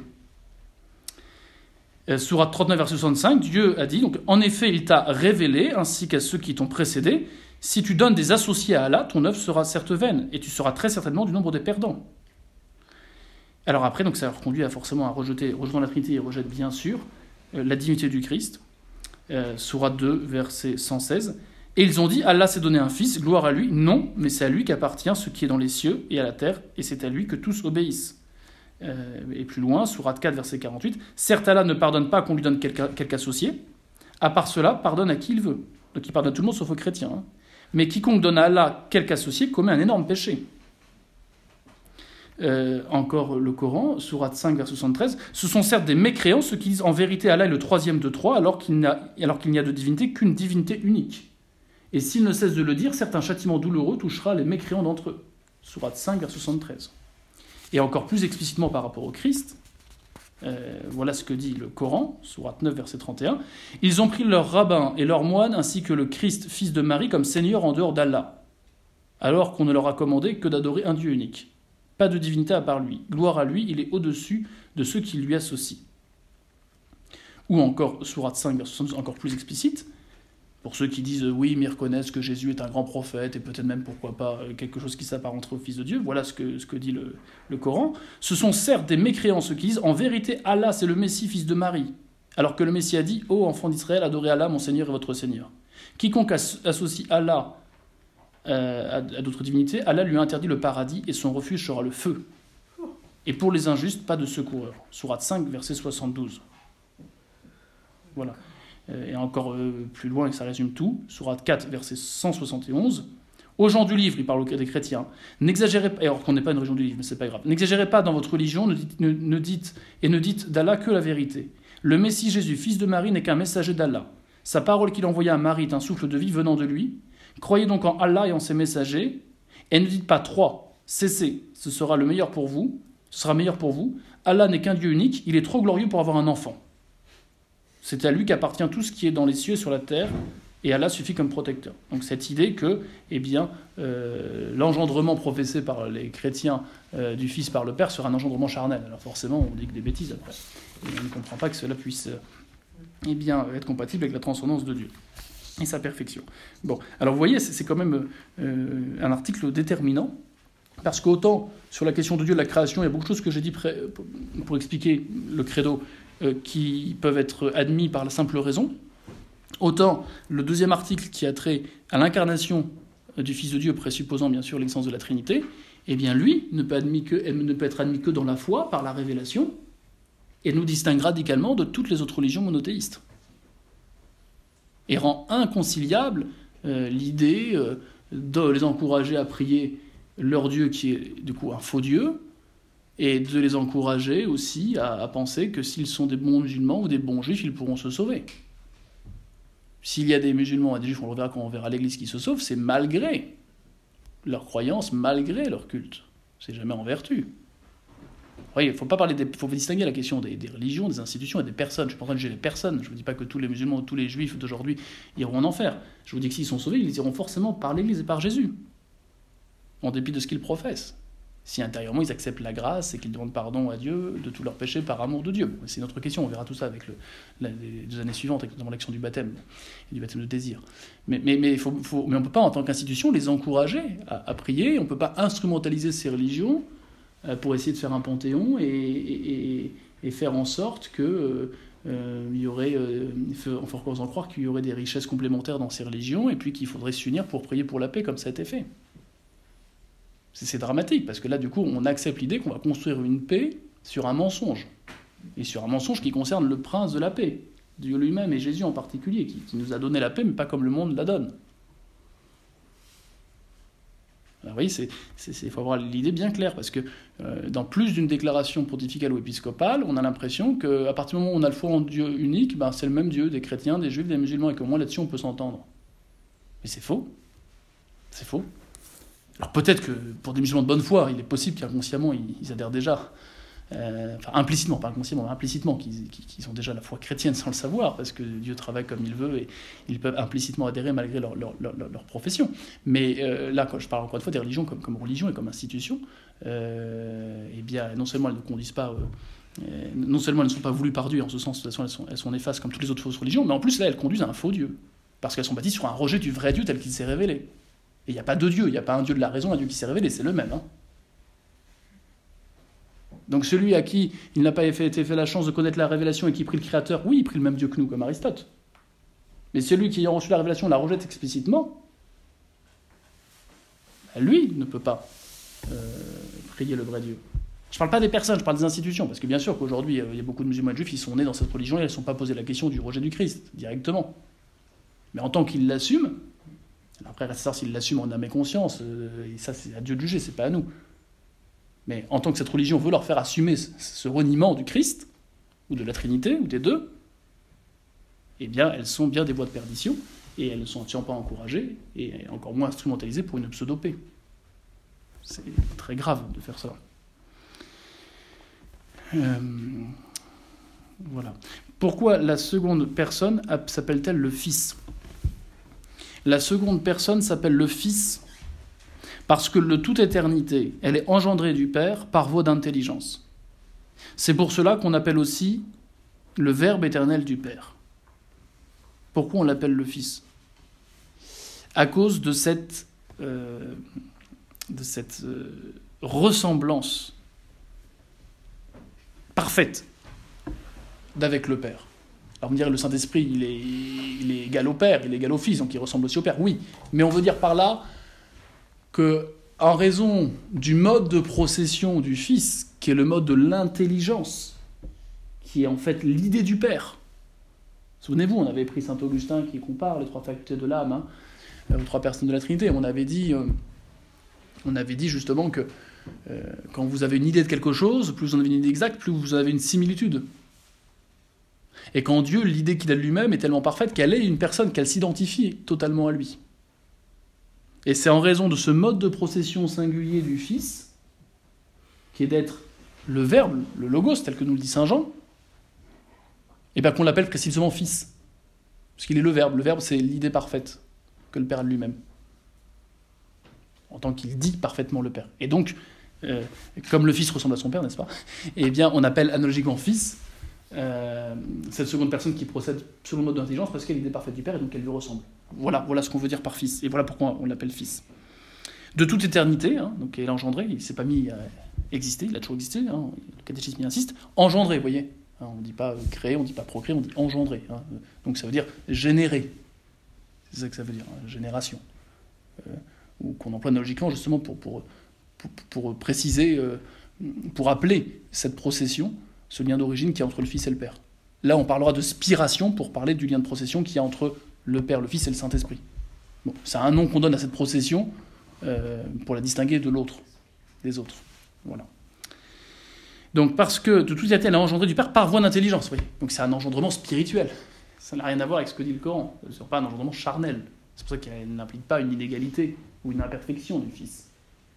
Sourate 39, verset 65, Dieu a dit, donc, en effet, il t'a révélé, ainsi qu'à ceux qui t'ont précédé, si tu donnes des associés à Allah, ton œuvre sera certes vaine, et tu seras très certainement du nombre des perdants. Alors après, donc, ça leur conduit forcément à rejetant la Trinité, ils rejettent bien sûr la divinité du Christ. Sourate 2, verset 116. Et ils ont dit, Allah s'est donné un fils, gloire à lui. Non, mais c'est à lui qu'appartient ce qui est dans les cieux et à la terre, et c'est à lui que tous obéissent. Et plus loin, sourate 4, verset 48. Certes, Allah ne pardonne pas qu'on lui donne quelque associé. À part cela, pardonne à qui il veut. Donc il pardonne tout le monde sauf aux chrétiens. Hein. Mais quiconque donne à Allah quelque associé commet un énorme péché. Encore le Coran, sourate 5, verset 73. Ce sont certes des mécréants ceux qui disent en vérité Allah est le troisième de trois, alors qu'il n'y a de divinité qu'une divinité unique. Et s'ils ne cessent de le dire, certes un châtiment douloureux touchera les mécréants d'entre eux. sourate 5, verset 73. Et encore plus explicitement par rapport au Christ, voilà ce que dit le Coran, sourate 9, verset 31. « Ils ont pris leurs rabbins et leurs moines ainsi que le Christ, fils de Marie, comme Seigneur en dehors d'Allah, alors qu'on ne leur a commandé que d'adorer un Dieu unique. Pas de divinité à part lui. Gloire à lui, il est au-dessus de ceux qui lui associent. » Ou encore, sourate 5, verset 72, encore plus explicite, pour ceux qui disent oui, mais ils reconnaissent que Jésus est un grand prophète et peut-être même, pourquoi pas, quelque chose qui s'apparenterait au Fils de Dieu. Voilà ce que dit le Coran. Ce sont certes des mécréants ceux qui disent en vérité Allah c'est le Messie, fils de Marie. Alors que le Messie a dit ô enfants d'Israël, adorez Allah, mon Seigneur et votre Seigneur. Quiconque associe Allah à d'autres divinités, Allah lui a interdit le paradis et son refuge sera le feu. Et pour les injustes, pas de secoureur. Sourate 5, verset 72. Voilà. Et encore plus loin, et ça résume tout, sourate 4, verset 171. Aux gens du livre, il parle des chrétiens, n'exagérez pas, alors qu'on n'est pas une religion du livre, mais c'est pas grave, n'exagérez pas dans votre religion, ne dites d'Allah que la vérité. Le Messie Jésus, fils de Marie, n'est qu'un messager d'Allah. Sa parole qu'il envoya à Marie est un souffle de vie venant de lui. Croyez donc en Allah et en ses messagers, et ne dites pas 3, cessez, ce sera meilleur pour vous. Allah n'est qu'un Dieu unique, il est trop glorieux pour avoir un enfant. C'est à lui qu'appartient tout ce qui est dans les cieux et sur la terre, et Allah suffit comme protecteur. Donc cette idée que l'engendrement professé par les chrétiens du Fils par le Père sera un engendrement charnel. Alors forcément, on dit que des bêtises après. Et on ne comprend pas que cela puisse être compatible avec la transcendance de Dieu et sa perfection. Bon, alors vous voyez, c'est quand même un article déterminant, parce qu'autant sur la question de Dieu, de la création, il y a beaucoup de choses que j'ai dit pour expliquer le credo, qui peuvent être admis par la simple raison. Autant le deuxième article qui a trait à l'incarnation du Fils de Dieu, présupposant bien sûr l'existence de la Trinité, eh bien lui ne peut être admis que dans la foi, par la révélation, et nous distingue radicalement de toutes les autres religions monothéistes. Et rend inconciliable l'idée de les encourager à prier leur Dieu qui est du coup un faux Dieu, et de les encourager aussi à penser que s'ils sont des bons musulmans ou des bons juifs, ils pourront se sauver. S'il y a des musulmans et des juifs, on le verra quand on verra l'Église qui se sauve, c'est malgré leur croyance, malgré leur culte. C'est jamais en vertu. Il ne faut pas faut distinguer la question des religions, des institutions et des personnes. Je ne suis pas en train de juger les personnes. Je ne vous dis pas que tous les musulmans ou tous les juifs d'aujourd'hui iront en enfer. Je vous dis que s'ils sont sauvés, ils iront forcément par l'Église et par Jésus, en dépit de ce qu'ils professent. Si intérieurement ils acceptent la grâce et qu'ils demandent pardon à Dieu de tous leurs péchés par amour de Dieu. C'est une autre question, on verra tout ça avec les 2 années suivantes, avec notamment l'action du baptême, et du baptême de désir. Mais on ne peut pas, en tant qu'institution, les encourager à prier, on ne peut pas instrumentaliser ces religions pour essayer de faire un panthéon et faire en sorte que il y aurait, en faisant croire qu'il y aurait des richesses complémentaires dans ces religions, et puis qu'il faudrait s'unir pour prier pour la paix, comme ça a été fait. C'est dramatique, parce que là, du coup, on accepte l'idée qu'on va construire une paix sur un mensonge. Et sur un mensonge qui concerne le prince de la paix, Dieu lui-même et Jésus en particulier, qui nous a donné la paix, mais pas comme le monde la donne. Alors, vous voyez, il faut avoir l'idée bien claire, parce que dans plus d'une déclaration pontificale ou épiscopale, on a l'impression qu'à partir du moment où on a le foi en Dieu unique, c'est le même Dieu des chrétiens, des juifs, des musulmans, et qu'au moins là-dessus on peut s'entendre. Mais c'est faux. C'est faux. Alors peut-être que pour des musulmans de bonne foi, il est possible qu'inconsciemment ils adhèrent déjà, implicitement, pas inconsciemment, mais implicitement, qu'ils ont déjà la foi chrétienne sans le savoir, parce que Dieu travaille comme il veut et ils peuvent implicitement adhérer malgré leur profession. Mais là, quand je parle encore une fois des religions comme religion et comme institution, non seulement elles ne conduisent pas, non seulement elles ne sont pas voulues par Dieu, en ce sens, de toute façon, elles sont néfastes comme toutes les autres fausses religions, mais en plus là elles conduisent à un faux Dieu, parce qu'elles sont bâties sur un rejet du vrai Dieu tel qu'il s'est révélé. Et il n'y a pas de Dieu, il n'y a pas un Dieu de la raison, un Dieu qui s'est révélé, c'est le même. Donc celui à qui il n'a pas été fait la chance de connaître la révélation et qui prie le Créateur, oui, il prie le même Dieu que nous, comme Aristote. Mais celui qui ayant reçu la révélation la rejette explicitement, lui ne peut pas prier le vrai Dieu. Je ne parle pas des personnes, je parle des institutions, parce que bien sûr qu'aujourd'hui, il y a beaucoup de musulmans et de juifs qui sont nés dans cette religion et elles ne sont pas posé la question du rejet du Christ, directement. Mais en tant qu'ils l'assument, après, reste à savoir s'ils l'assument en âme et conscience, et ça c'est à Dieu de juger, c'est pas à nous. Mais en tant que cette religion veut leur faire assumer ce reniement du Christ, ou de la Trinité, ou des deux, eh bien elles sont bien des voies de perdition, et elles ne sont absolument pas encouragées, et encore moins instrumentalisées pour une pseudo-paix. C'est très grave de faire ça. Voilà. Pourquoi la seconde personne s'appelle-t-elle le Fils ? La seconde personne s'appelle le Fils parce que le toute éternité, elle est engendrée du Père par voie d'intelligence. C'est pour cela qu'on appelle aussi le Verbe éternel du Père. Pourquoi on l'appelle le Fils ? À cause de cette ressemblance parfaite d'avec le Père. Alors on me dirait le Saint-Esprit, il est égal au Père, il est égal au Fils, donc il ressemble aussi au Père. Oui, mais on veut dire par là que, en raison du mode de procession du Fils, qui est le mode de l'intelligence, qui est en fait l'idée du Père. Souvenez-vous, on avait pris saint Augustin qui compare les trois facultés de l'âme, aux trois personnes de la Trinité. On avait dit justement que quand vous avez une idée de quelque chose, plus vous en avez une idée exacte, plus vous avez une similitude. Et quand Dieu, l'idée qu'il a de lui-même est tellement parfaite qu'elle est une personne, qu'elle s'identifie totalement à lui. Et c'est en raison de ce mode de procession singulier du Fils, qui est d'être le Verbe, le Logos, tel que nous le dit saint Jean, et bien qu'on l'appelle précisément Fils. Parce qu'il est le Verbe. Le Verbe, c'est l'idée parfaite que le Père a de lui-même. En tant qu'il dit parfaitement le Père. Et donc, comme le Fils ressemble à son Père, n'est-ce pas ? Eh bien, on appelle analogiquement Fils cette seconde personne qui procède selon le mode d'intelligence parce qu'elle est l'idée parfaite du Père et donc elle lui ressemble. Voilà ce qu'on veut dire par Fils. Et voilà pourquoi on l'appelle Fils. De toute éternité, donc il est engendré, il ne s'est pas mis à exister, il a toujours existé, le catéchisme y insiste. Engendré, vous voyez. On ne dit pas créer, on ne dit pas procréer, on dit engendrer. Donc ça veut dire générer. C'est ça que ça veut dire, génération. Ou qu'on emploie analogiquement justement pour préciser, pour appeler cette procession, ce lien d'origine qui est entre le Fils et le Père. Là, on parlera de spiration pour parler du lien de procession qui est entre le Père, le Fils et le Saint-Esprit. Bon, c'est un nom qu'on donne à cette procession pour la distinguer de l'autre, des autres. Voilà. Donc, parce que de toute éternité, elle a engendré du Père par voie d'intelligence. Oui. Donc, c'est un engendrement spirituel. Ça n'a rien à voir avec ce que dit le Coran. Ce n'est pas un engendrement charnel. C'est pour ça qu'elle n'implique pas une inégalité ou une imperfection du Fils.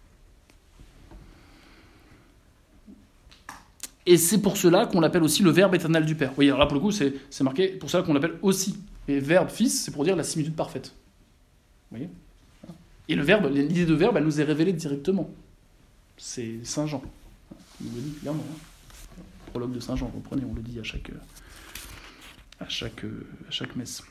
Et c'est pour cela qu'on l'appelle aussi le Verbe éternel du Père. Oui, alors là, pour le coup, c'est marqué, pour cela qu'on l'appelle aussi. Et Verbe, Fils, c'est pour dire la similitude parfaite. Vous voyez ? Et le Verbe, l'idée de Verbe, elle nous est révélée directement. C'est Saint Jean. Il nous le dit clairement. Le prologue de Saint Jean, reprenez, on le dit à chaque messe.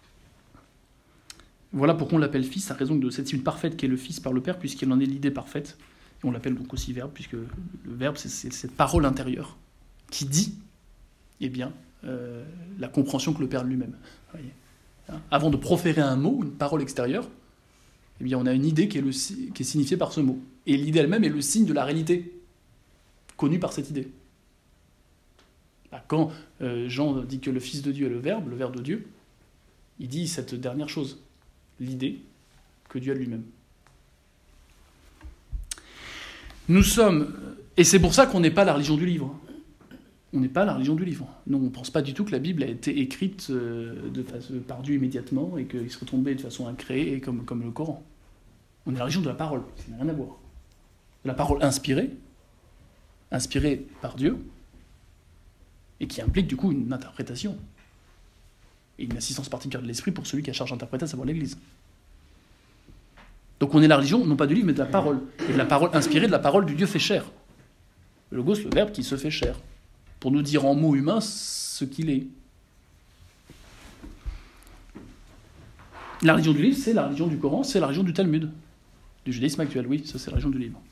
Voilà pourquoi on l'appelle Fils, à raison de cette similitude parfaite qu'est le Fils par le Père, puisqu'il en est l'idée parfaite. Et on l'appelle donc aussi Verbe, puisque le Verbe, c'est cette parole intérieure qui dit, la compréhension que le Père lui-même. Voyez. Avant de proférer un mot, une parole extérieure, on a une idée qui est signifiée par ce mot. Et l'idée elle-même est le signe de la réalité, connue par cette idée. Quand Jean dit que le Fils de Dieu est le Verbe de Dieu, il dit cette dernière chose, l'idée que Dieu a de lui-même. Nous sommes, et c'est pour ça qu'on n'est pas la religion du livre. On n'est pas la religion du livre. Non, on ne pense pas du tout que la Bible a été écrite par Dieu immédiatement et qu'il serait tombé de façon incréée comme le Coran. On est la religion de la parole, ça n'a rien à voir. De la parole inspirée par Dieu, et qui implique du coup une interprétation et une assistance particulière de l'esprit pour celui qui a charge d'interpréter, à savoir l'Église. Donc on est la religion, non pas du livre, mais de la parole. Et de la parole inspirée, de la parole du Dieu fait chair. Le Logos, le Verbe qui se fait chair. Pour nous dire en mots humains ce qu'il est. La religion du livre, c'est la religion du Coran, c'est la religion du Talmud. Du judaïsme actuel, oui, ça c'est la religion du livre.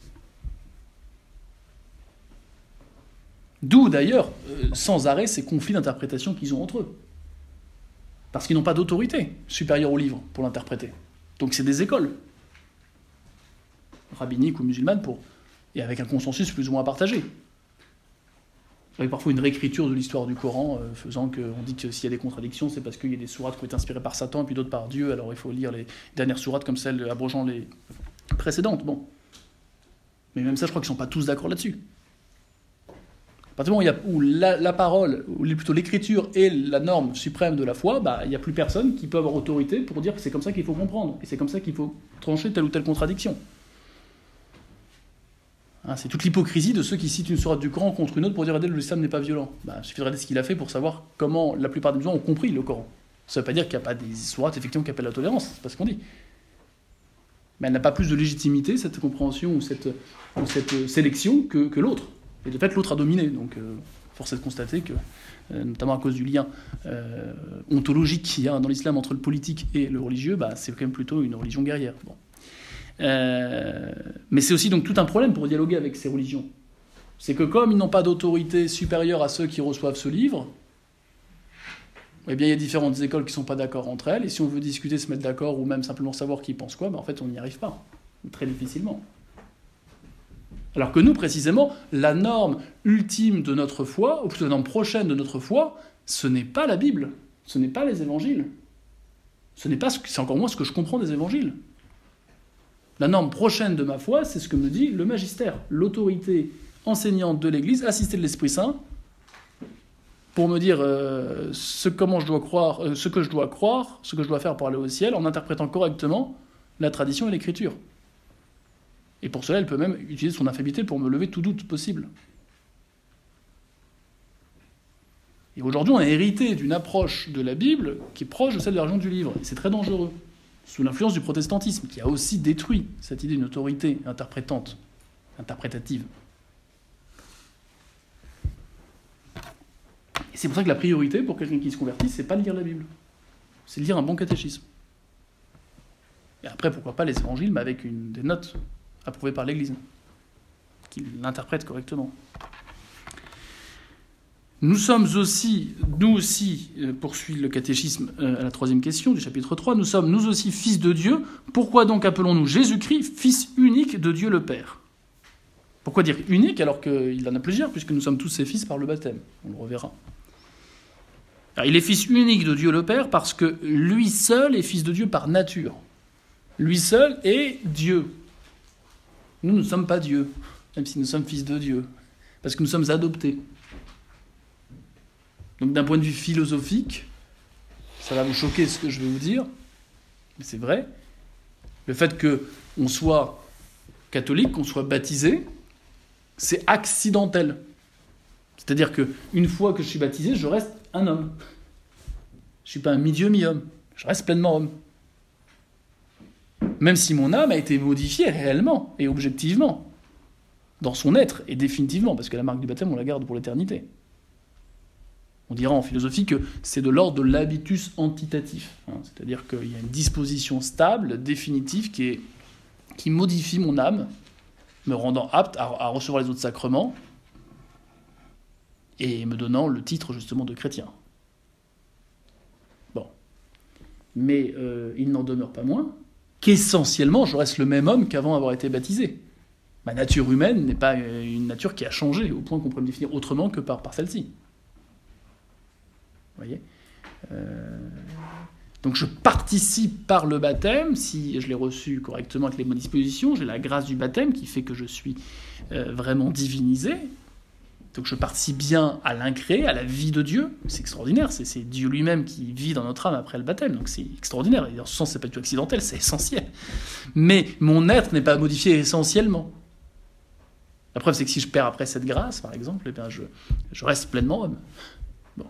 D'où d'ailleurs, sans arrêt, ces conflits d'interprétation qu'ils ont entre eux. Parce qu'ils n'ont pas d'autorité supérieure au livre pour l'interpréter. Donc c'est des écoles. Rabbiniques ou musulmanes, et avec un consensus plus ou moins partagé. Avec parfois une réécriture de l'histoire du Coran, faisant qu'on dit que s'il y a des contradictions, c'est parce qu'il y a des sourates qui ont été inspirées par Satan, et puis d'autres par Dieu, alors il faut lire les dernières sourates comme celles abrogeant les précédentes. Bon. Mais même ça, je crois qu'ils ne sont pas tous d'accord là-dessus. À partir du moment où la parole, ou plutôt l'écriture est la norme suprême de la foi, il n'y a plus personne qui peut avoir autorité pour dire que c'est comme ça qu'il faut comprendre, et c'est comme ça qu'il faut trancher telle ou telle contradiction. C'est toute l'hypocrisie de ceux qui citent une sourate du Coran contre une autre pour dire que l'islam n'est pas violent. Il suffirait de ce qu'il a fait pour savoir comment la plupart des musulmans ont compris le Coran. Ça ne veut pas dire qu'il n'y a pas des sourates effectivement qui appellent la tolérance, c'est pas ce qu'on dit. Mais elle n'a pas plus de légitimité, cette compréhension ou cette sélection que l'autre. Et de fait, l'autre a dominé. Donc, force est de constater que, notamment à cause du lien ontologique qu'il y a dans l'islam entre le politique et le religieux, c'est quand même plutôt une religion guerrière. Bon. Mais c'est aussi donc tout un problème pour dialoguer avec ces religions. C'est que comme ils n'ont pas d'autorité supérieure à ceux qui reçoivent ce livre, eh bien il y a différentes écoles qui ne sont pas d'accord entre elles, et si on veut discuter, se mettre d'accord, ou même simplement savoir qui pense quoi, en fait on n'y arrive pas, très difficilement. Alors que nous, précisément, la norme ultime de notre foi, ou plutôt la norme prochaine de notre foi, ce n'est pas la Bible, ce n'est pas les évangiles. C'est encore moins ce que je comprends des évangiles. La norme prochaine de ma foi, c'est ce que me dit le magistère, l'autorité enseignante de l'Église, assistée de l'Esprit Saint, pour me dire ce que je dois croire, ce que je dois faire pour aller au ciel, en interprétant correctement la tradition et l'Écriture. Et pour cela, elle peut même utiliser son infabilité pour me lever tout doute possible. Et aujourd'hui, on a hérité d'une approche de la Bible qui est proche de celle de la religion du livre. Et c'est très dangereux, sous l'influence du protestantisme, qui a aussi détruit cette idée d'une autorité interprétative. Et c'est pour ça que la priorité pour quelqu'un qui se convertit, c'est pas de lire la Bible, c'est de lire un bon catéchisme. Et après, pourquoi pas les évangiles, mais avec des notes approuvées par l'Église, qui l'interprètent correctement. Nous aussi, poursuit le catéchisme à la 3e question du chapitre 3, nous sommes nous aussi fils de Dieu. Pourquoi donc appelons-nous Jésus-Christ fils unique de Dieu le Père ? Pourquoi dire unique alors qu'il en a plusieurs, puisque nous sommes tous ses fils par le baptême ? On le reverra. Alors, il est fils unique de Dieu le Père parce que lui seul est fils de Dieu par nature. Lui seul est Dieu. Nous ne sommes pas Dieu, même si nous sommes fils de Dieu, parce que nous sommes adoptés. Donc d'un point de vue philosophique, ça va vous choquer ce que je vais vous dire, mais c'est vrai, le fait qu'on soit catholique, qu'on soit baptisé, c'est accidentel. C'est-à-dire qu'une fois que je suis baptisé, je reste un homme. Je ne suis pas un mi-dieu, mi-homme. Je reste pleinement homme. Même si mon âme a été modifiée réellement et objectivement, dans son être et définitivement, parce que la marque du baptême, on la garde pour l'éternité. On dira en philosophie que c'est de l'ordre de l'habitus antitatif. C'est-à-dire qu'il y a une disposition stable, définitive, qui modifie mon âme, me rendant apte à recevoir les autres sacrements et me donnant le titre justement de chrétien. Bon. Mais il n'en demeure pas moins qu'essentiellement, je reste le même homme qu'avant avoir été baptisé. Ma nature humaine n'est pas une nature qui a changé, au point qu'on pourrait me définir autrement que par celle-ci. Vous voyez ? Donc je participe par le baptême, si je l'ai reçu correctement avec les bonnes dispositions, j'ai la grâce du baptême qui fait que je suis vraiment divinisé. Donc je participe bien à l'incréé, à la vie de Dieu. C'est extraordinaire, c'est Dieu lui-même qui vit dans notre âme après le baptême. Donc c'est extraordinaire, et dans ce sens c'est pas du tout accidentel, c'est essentiel. Mais mon être n'est pas modifié essentiellement. La preuve c'est que si je perds après cette grâce, par exemple, eh bien je reste pleinement homme. Bon.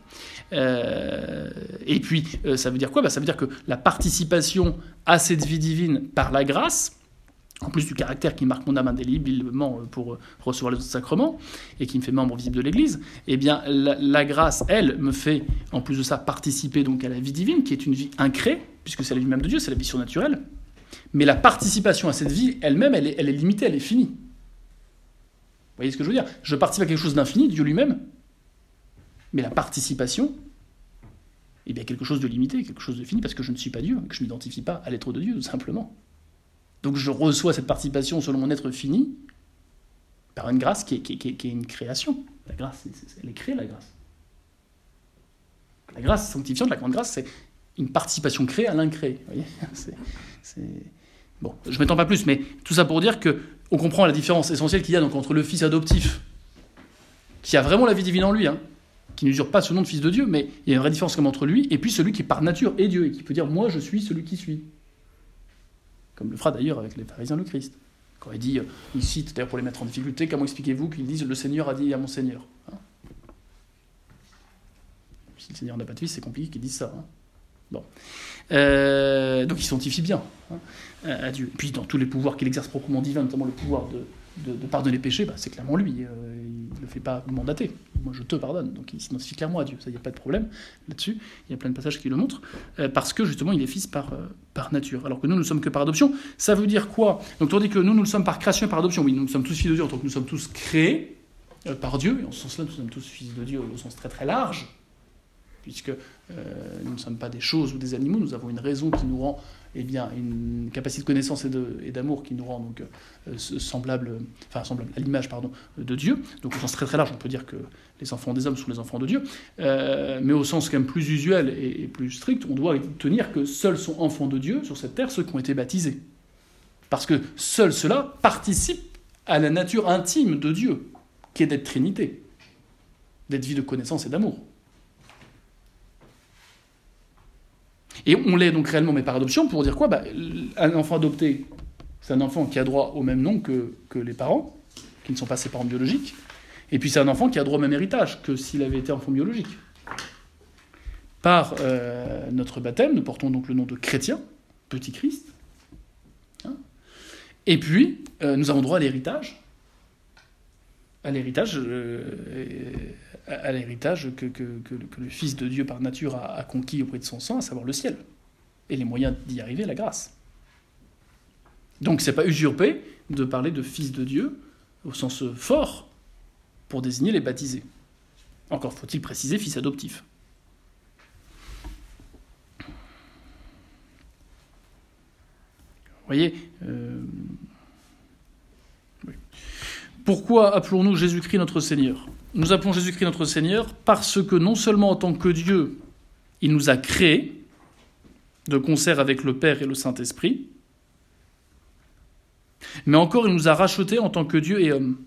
Et puis, ça veut dire quoi ? Ça veut dire que la participation à cette vie divine par la grâce, en plus du caractère qui marque mon âme indéléblement pour recevoir les autres sacrements, et qui me fait membre visible de l'Église, eh bien, la grâce, elle, me fait, en plus de ça, participer donc à la vie divine, qui est une vie incrée, puisque c'est la vie même de Dieu, c'est la vie surnaturelle. Mais la participation à cette vie elle-même, elle est limitée, elle est finie. Vous voyez ce que je veux dire ? Je participe à quelque chose d'infini, Dieu lui-même, mais la participation, eh bien quelque chose de limité, quelque chose de fini, parce que je ne suis pas Dieu, que je ne m'identifie pas à l'être de Dieu, tout simplement. Donc je reçois cette participation selon mon être fini, par une grâce qui est une création. La grâce, elle est créée, la grâce. La grâce sanctifiante, la grande grâce, c'est une participation créée à l'incréé. Vous voyez ? Bon, je ne m'étends pas plus, mais tout ça pour dire qu'on comprend la différence essentielle qu'il y a donc entre le fils adoptif, qui a vraiment la vie divine en lui, qui n'usurpe pas ce nom de fils de Dieu, mais il y a une vraie différence comme entre lui, et puis celui qui par nature est Dieu, et qui peut dire « moi je suis celui qui suis », comme le fera d'ailleurs avec les pharisiens le Christ. Quand il dit, il cite, d'ailleurs pour les mettre en difficulté, comment expliquez-vous qu'ils disent « le Seigneur a dit à mon Seigneur » Si le Seigneur n'a pas de fils, c'est compliqué qu'ils disent ça. Bon. Donc il s'identifie bien à Dieu. Et puis dans tous les pouvoirs qu'il exerce proprement divins, notamment le pouvoir de pardonner les péchés, c'est clairement lui. Il ne le fait pas mandater. Moi je te pardonne. Donc il s'identifie clairement à Dieu. Ça, il n'y a pas de problème là-dessus. Il y a plein de passages qui le montrent. Parce que justement il est fils par nature. Alors que nous ne sommes que par adoption. Ça veut dire quoi? Donc on dit que nous le sommes par création et par adoption. Oui, nous sommes tous fils de Dieu en tant que nous sommes tous créés par Dieu. Et en ce sens-là, nous sommes tous fils de Dieu au sens très très large. Puisque nous ne sommes pas des choses ou des animaux, nous avons une raison qui nous rend, une capacité de connaissance et d'amour qui nous rend donc semblable à l'image de Dieu. Donc au sens très très large, on peut dire que les enfants des hommes sont les enfants de Dieu, mais au sens quand même plus usuel et plus strict, on doit tenir que seuls sont enfants de Dieu sur cette terre ceux qui ont été baptisés, parce que seuls ceux-là participent à la nature intime de Dieu, qui est d'être Trinité, d'être vie de connaissance et d'amour. Et on l'est donc réellement, mais par adoption, pour dire quoi? Un enfant adopté, c'est un enfant qui a droit au même nom que les parents, qui ne sont pas ses parents biologiques, et puis c'est un enfant qui a droit au même héritage que s'il avait été enfant biologique. Par notre baptême, nous portons donc le nom de chrétien, petit Christ, et puis nous avons droit à l'héritage, que le Fils de Dieu par nature a conquis auprès de son sang, à savoir le ciel. Et les moyens d'y arriver, la grâce. Donc c'est pas usurpé de parler de Fils de Dieu au sens fort pour désigner les baptisés. Encore faut-il préciser fils adoptif. Vous voyez oui. Pourquoi appelons-nous Jésus-Christ notre Seigneur? Nous appelons Jésus-Christ notre Seigneur parce que non seulement en tant que Dieu, il nous a créés, de concert avec le Père et le Saint-Esprit, mais encore il nous a rachetés en tant que Dieu et homme.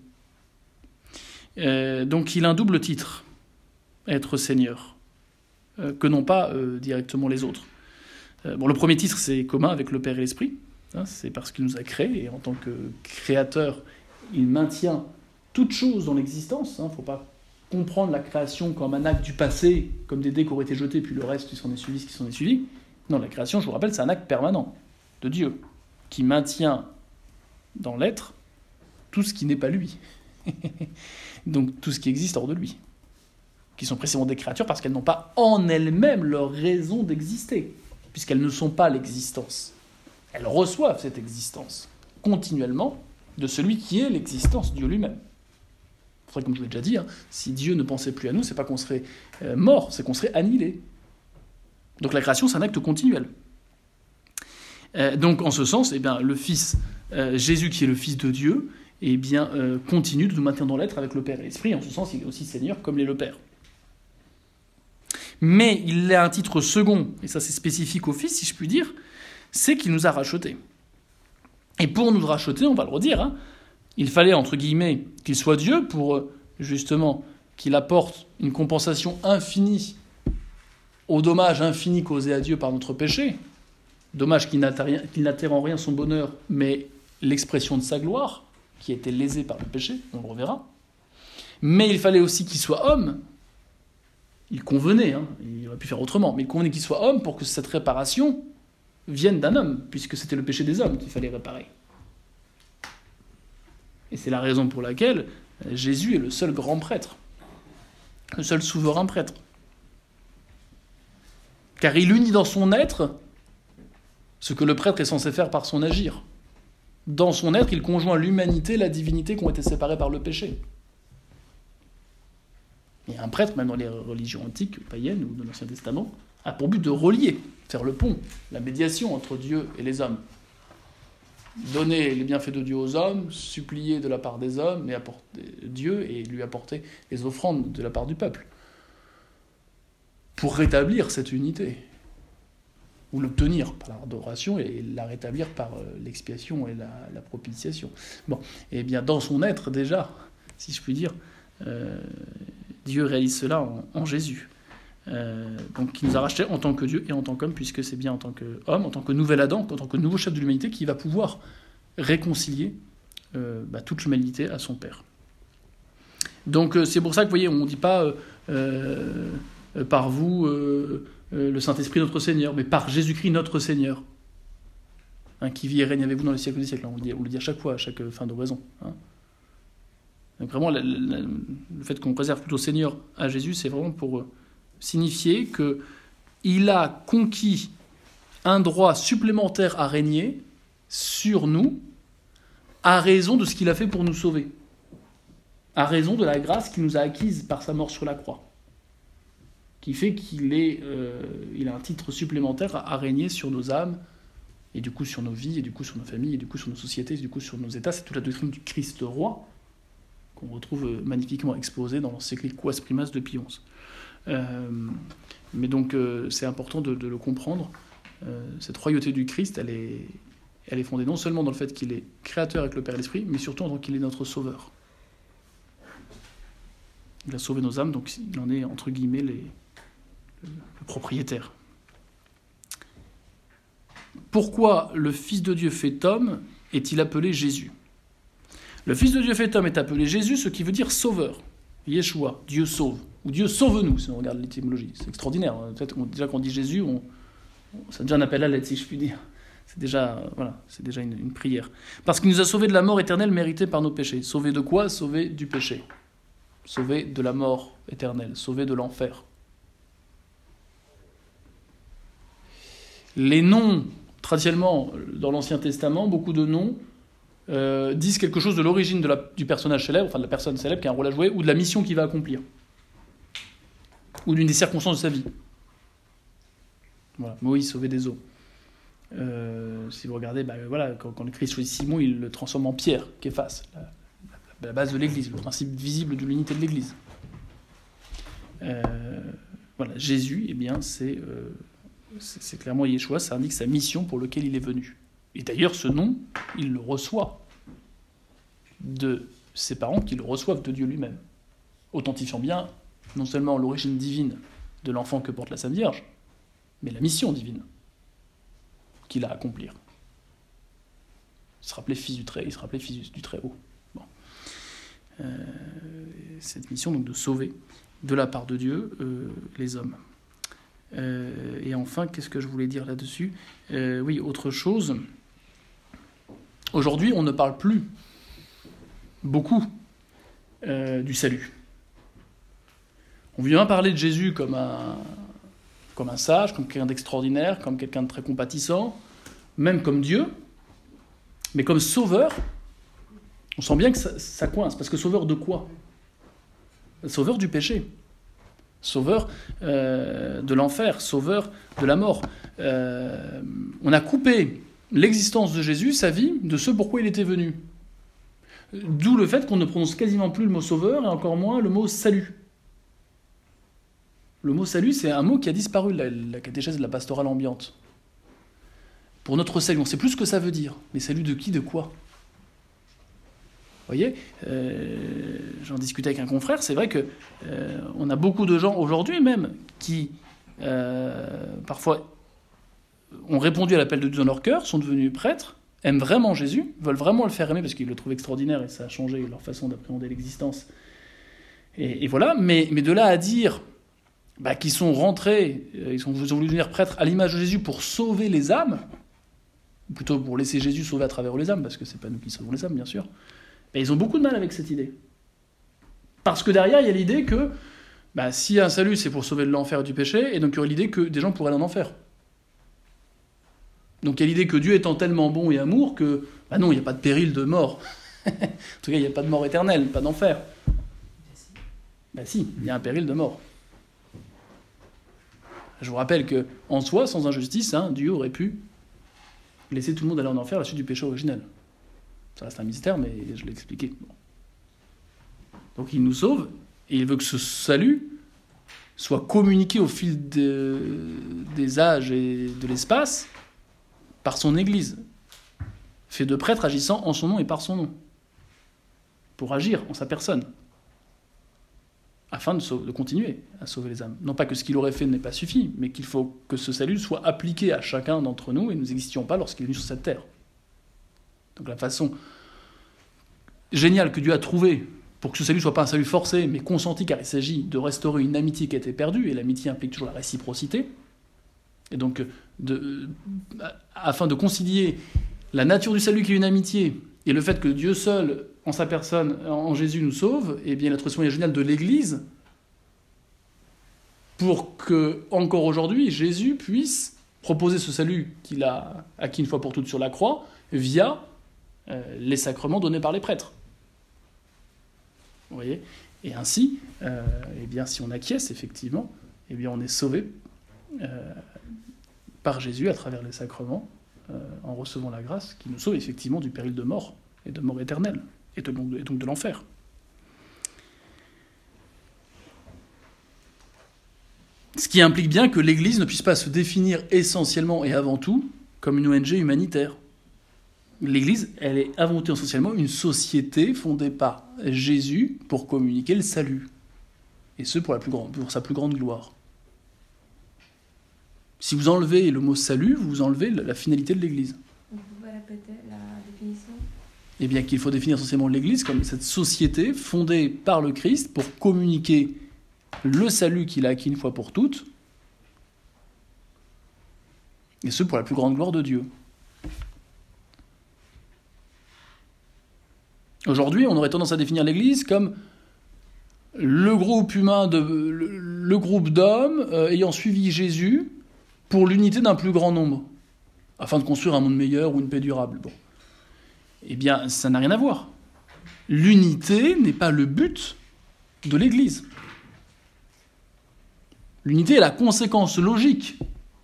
Donc il a un double titre, être Seigneur, que n'ont pas directement les autres. Le premier titre, c'est commun avec le Père et l'Esprit, c'est parce qu'il nous a créés, et en tant que créateur, il maintient toute chose dans l'existence. Il ne faut pas comprendre la création comme un acte du passé, comme des dés qui auraient été jetés, puis le reste qui s'en est suivi, ce qui s'en est suivi. Non, la création, je vous rappelle, c'est un acte permanent de Dieu, qui maintient dans l'être tout ce qui n'est pas lui. Donc tout ce qui existe hors de lui. Qui sont précisément des créatures parce qu'elles n'ont pas en elles-mêmes leur raison d'exister, puisqu'elles ne sont pas l'existence. Elles reçoivent cette existence continuellement de celui qui est l'existence, Dieu lui-même. Comme je vous l'ai déjà dit, si Dieu ne pensait plus à nous, c'est pas qu'on serait mort, c'est qu'on serait annihilé. Donc la création, c'est un acte continuel. Donc en ce sens, le Fils, Jésus qui est le Fils de Dieu, continue de nous maintenir dans l'être avec le Père et l'Esprit. En ce sens, il est aussi Seigneur comme l'est le Père. Mais il a un titre second, et ça c'est spécifique au Fils, si je puis dire, c'est qu'il nous a rachetés. Et pour nous racheter, on va le redire, il fallait, entre guillemets, qu'il soit Dieu pour, justement, qu'il apporte une compensation infinie au dommage infini causé à Dieu par notre péché, dommage qui n'altère en rien son bonheur, mais l'expression de sa gloire, qui a été lésée par le péché, on le reverra. Mais il fallait aussi qu'il soit homme. Il convenait, il aurait pu faire autrement, mais il convenait qu'il soit homme pour que cette réparation vienne d'un homme, puisque c'était le péché des hommes qu'il fallait réparer. Et c'est la raison pour laquelle Jésus est le seul grand prêtre, le seul souverain prêtre. Car il unit dans son être ce que le prêtre est censé faire par son agir. Dans son être, il conjoint l'humanité et la divinité qui ont été séparées par le péché. Et un prêtre, même dans les religions antiques, païennes ou de l'Ancien Testament, a pour but de relier, faire le pont, la médiation entre Dieu et les hommes. Donner les bienfaits de Dieu aux hommes, supplier de la part des hommes, et apporter Dieu et lui apporter les offrandes de la part du peuple. Pour rétablir cette unité, ou l'obtenir par l'adoration et la rétablir par l'expiation et la propitiation. Dans son être déjà, si je puis dire, Dieu réalise cela en Jésus. Donc qui nous a rachetés en tant que Dieu et en tant qu'homme, puisque c'est bien en tant qu'homme, en tant que nouvel Adam, en tant que nouveau chef de l'humanité, qui va pouvoir réconcilier toute l'humanité à son Père. Donc c'est pour ça que, vous voyez, on ne dit pas par vous, le Saint-Esprit notre Seigneur, mais par Jésus-Christ notre Seigneur, qui vit et règne avec vous dans les siècles des siècles. On le dit à chaque fois, à chaque fin d'oraison. Donc vraiment, le fait qu'on réserve plutôt Seigneur à Jésus, c'est vraiment pour signifier qu'il a conquis un droit supplémentaire à régner sur nous, à raison de ce qu'il a fait pour nous sauver, à raison de la grâce qu'il nous a acquise par sa mort sur la croix, qui fait qu'il a un titre supplémentaire à régner sur nos âmes, et du coup sur nos vies, et du coup sur nos familles, et du coup sur nos sociétés, et du coup sur nos États. C'est toute la doctrine du Christ roi, qu'on retrouve magnifiquement exposée dans l'encyclique Quas Primas de Pie XI. Mais donc c'est important de le comprendre. Cette royauté du Christ, elle est fondée non seulement dans le fait qu'il est créateur avec le Père et l'Esprit, mais surtout en tant qu'il est notre sauveur. Il a sauvé nos âmes, donc il en est, entre guillemets, le propriétaire. Pourquoi le Fils de Dieu fait homme est-il appelé Jésus ? Le Fils de Dieu fait homme est appelé Jésus, ce qui veut dire sauveur. Yeshua, Dieu sauve. Ou Dieu sauve-nous, si on regarde l'étymologie. C'est extraordinaire. Peut-être déjà quand on dit Jésus, ça devient un appel à l'aide, si je puis dire. C'est déjà une prière. Parce qu'il nous a sauvés de la mort éternelle méritée par nos péchés. Sauvés de quoi ? Sauvés du péché. Sauvés de la mort éternelle. Sauvés de l'enfer. Les noms, traditionnellement, dans l'Ancien Testament, beaucoup de noms disent quelque chose de l'origine du personnage célèbre, enfin de la personne célèbre qui a un rôle à jouer, ou de la mission qu'il va accomplir. Ou d'une des circonstances de sa vie. Voilà, Moïse sauvé des eaux. Si vous regardez, quand le Christ choisit Simon, il le transforme en pierre, Képhas, la base de l'Église, le principe visible de l'unité de l'Église. Jésus, eh bien, c'est clairement Yeshua, ça indique sa mission pour laquelle il est venu. Et d'ailleurs, ce nom, il le reçoit de ses parents qui le reçoivent de Dieu lui-même, authentifiant bien non seulement l'origine divine de l'enfant que porte la Sainte Vierge, mais la mission divine qu'il a à accomplir. Il se rappelait fils du Très-Haut. Bon. Cette mission donc de sauver de la part de Dieu les hommes. Et enfin, qu'est-ce que je voulais dire là-dessus ? Oui, autre chose. Aujourd'hui, on ne parle plus beaucoup du salut. On vient parler de Jésus comme un sage, comme quelqu'un d'extraordinaire, comme quelqu'un de très compatissant, même comme Dieu, mais comme sauveur, on sent bien que ça coince, parce que sauveur de quoi ? Sauveur du péché, sauveur de l'enfer, sauveur de la mort. On a coupé l'existence de Jésus, sa vie, de ce pourquoi il était venu. D'où le fait qu'on ne prononce quasiment plus le mot sauveur, et encore moins le mot salut. Le mot salut, c'est un mot qui a disparu de la catéchèse de la pastorale ambiante. Pour notre salut, on ne sait plus ce que ça veut dire. Mais salut de qui, de quoi ? Vous voyez, j'en discutais avec un confrère, c'est vrai que on a beaucoup de gens aujourd'hui même qui, parfois, ont répondu à l'appel de Dieu dans leur cœur, sont devenus prêtres, aiment vraiment Jésus, veulent vraiment le faire aimer parce qu'ils le trouvent extraordinaire et ça a changé leur façon d'appréhender l'existence. Et voilà, mais de là à dire qu'ils sont rentrés, ils ont voulu devenir prêtres à l'image de Jésus pour sauver les âmes, ou plutôt pour laisser Jésus sauver à travers les âmes, parce que c'est pas nous qui sauvons les âmes, bien sûr, ils ont beaucoup de mal avec cette idée. Parce que derrière, il y a l'idée que si un salut, c'est pour sauver de l'enfer et du péché, et donc il y aurait l'idée que des gens pourraient aller en enfer. Donc il y a l'idée que Dieu étant tellement bon et amour que, non, il n'y a pas de péril de mort. En tout cas, il n'y a pas de mort éternelle, pas d'enfer. Si, il y a un péril de mort. Je vous rappelle qu'en soi, sans injustice, Dieu aurait pu laisser tout le monde aller en enfer à la suite du péché originel. Ça reste un mystère, mais je l'ai expliqué. Bon. Donc il nous sauve, et il veut que ce salut soit communiqué au fil des âges et de l'espace par son Église, fait de prêtres agissant en son nom et par son nom, pour agir en sa personne, afin de continuer à sauver les âmes. Non pas que ce qu'il aurait fait n'ait pas suffi, mais qu'il faut que ce salut soit appliqué à chacun d'entre nous, et nous n'existions pas lorsqu'il est venu sur cette terre. Donc la façon génial que Dieu a trouvé pour que ce salut ne soit pas un salut forcé, mais consenti, car il s'agit de restaurer une amitié qui a été perdue, et l'amitié implique toujours la réciprocité. Et donc, afin de concilier la nature du salut qui est une amitié, et le fait que Dieu seul, en sa personne, en Jésus, nous sauve, eh bien, il a trouvé ce moyen génial de l'Église, pour que, encore aujourd'hui, Jésus puisse proposer ce salut qu'il a acquis une fois pour toutes sur la croix, via les sacrements donnés par les prêtres. Vous voyez ? Et ainsi, eh bien, si on acquiesce, effectivement, eh bien, on est sauvé par Jésus à travers les sacrements, en recevant la grâce qui nous sauve effectivement du péril de mort, et de mort éternelle, et donc de l'enfer. Ce qui implique bien que l'Église ne puisse pas se définir essentiellement et avant tout comme une ONG humanitaire. L'Église, elle est avant tout essentiellement une société fondée par Jésus pour communiquer le salut. Et ce, pour sa plus grande gloire. Si vous enlevez le mot salut, vous enlevez la finalité de l'Église. Vous pouvez répéter la définition ? Eh bien, qu'il faut définir essentiellement l'Église comme cette société fondée par le Christ pour communiquer le salut qu'il a acquis une fois pour toutes, et ce, pour la plus grande gloire de Dieu. Aujourd'hui, on aurait tendance à définir l'Église comme le groupe humain, le groupe d'hommes ayant suivi Jésus pour l'unité d'un plus grand nombre, afin de construire un monde meilleur ou une paix durable. Bon. Eh bien, ça n'a rien à voir. L'unité n'est pas le but de l'Église. L'unité est la conséquence logique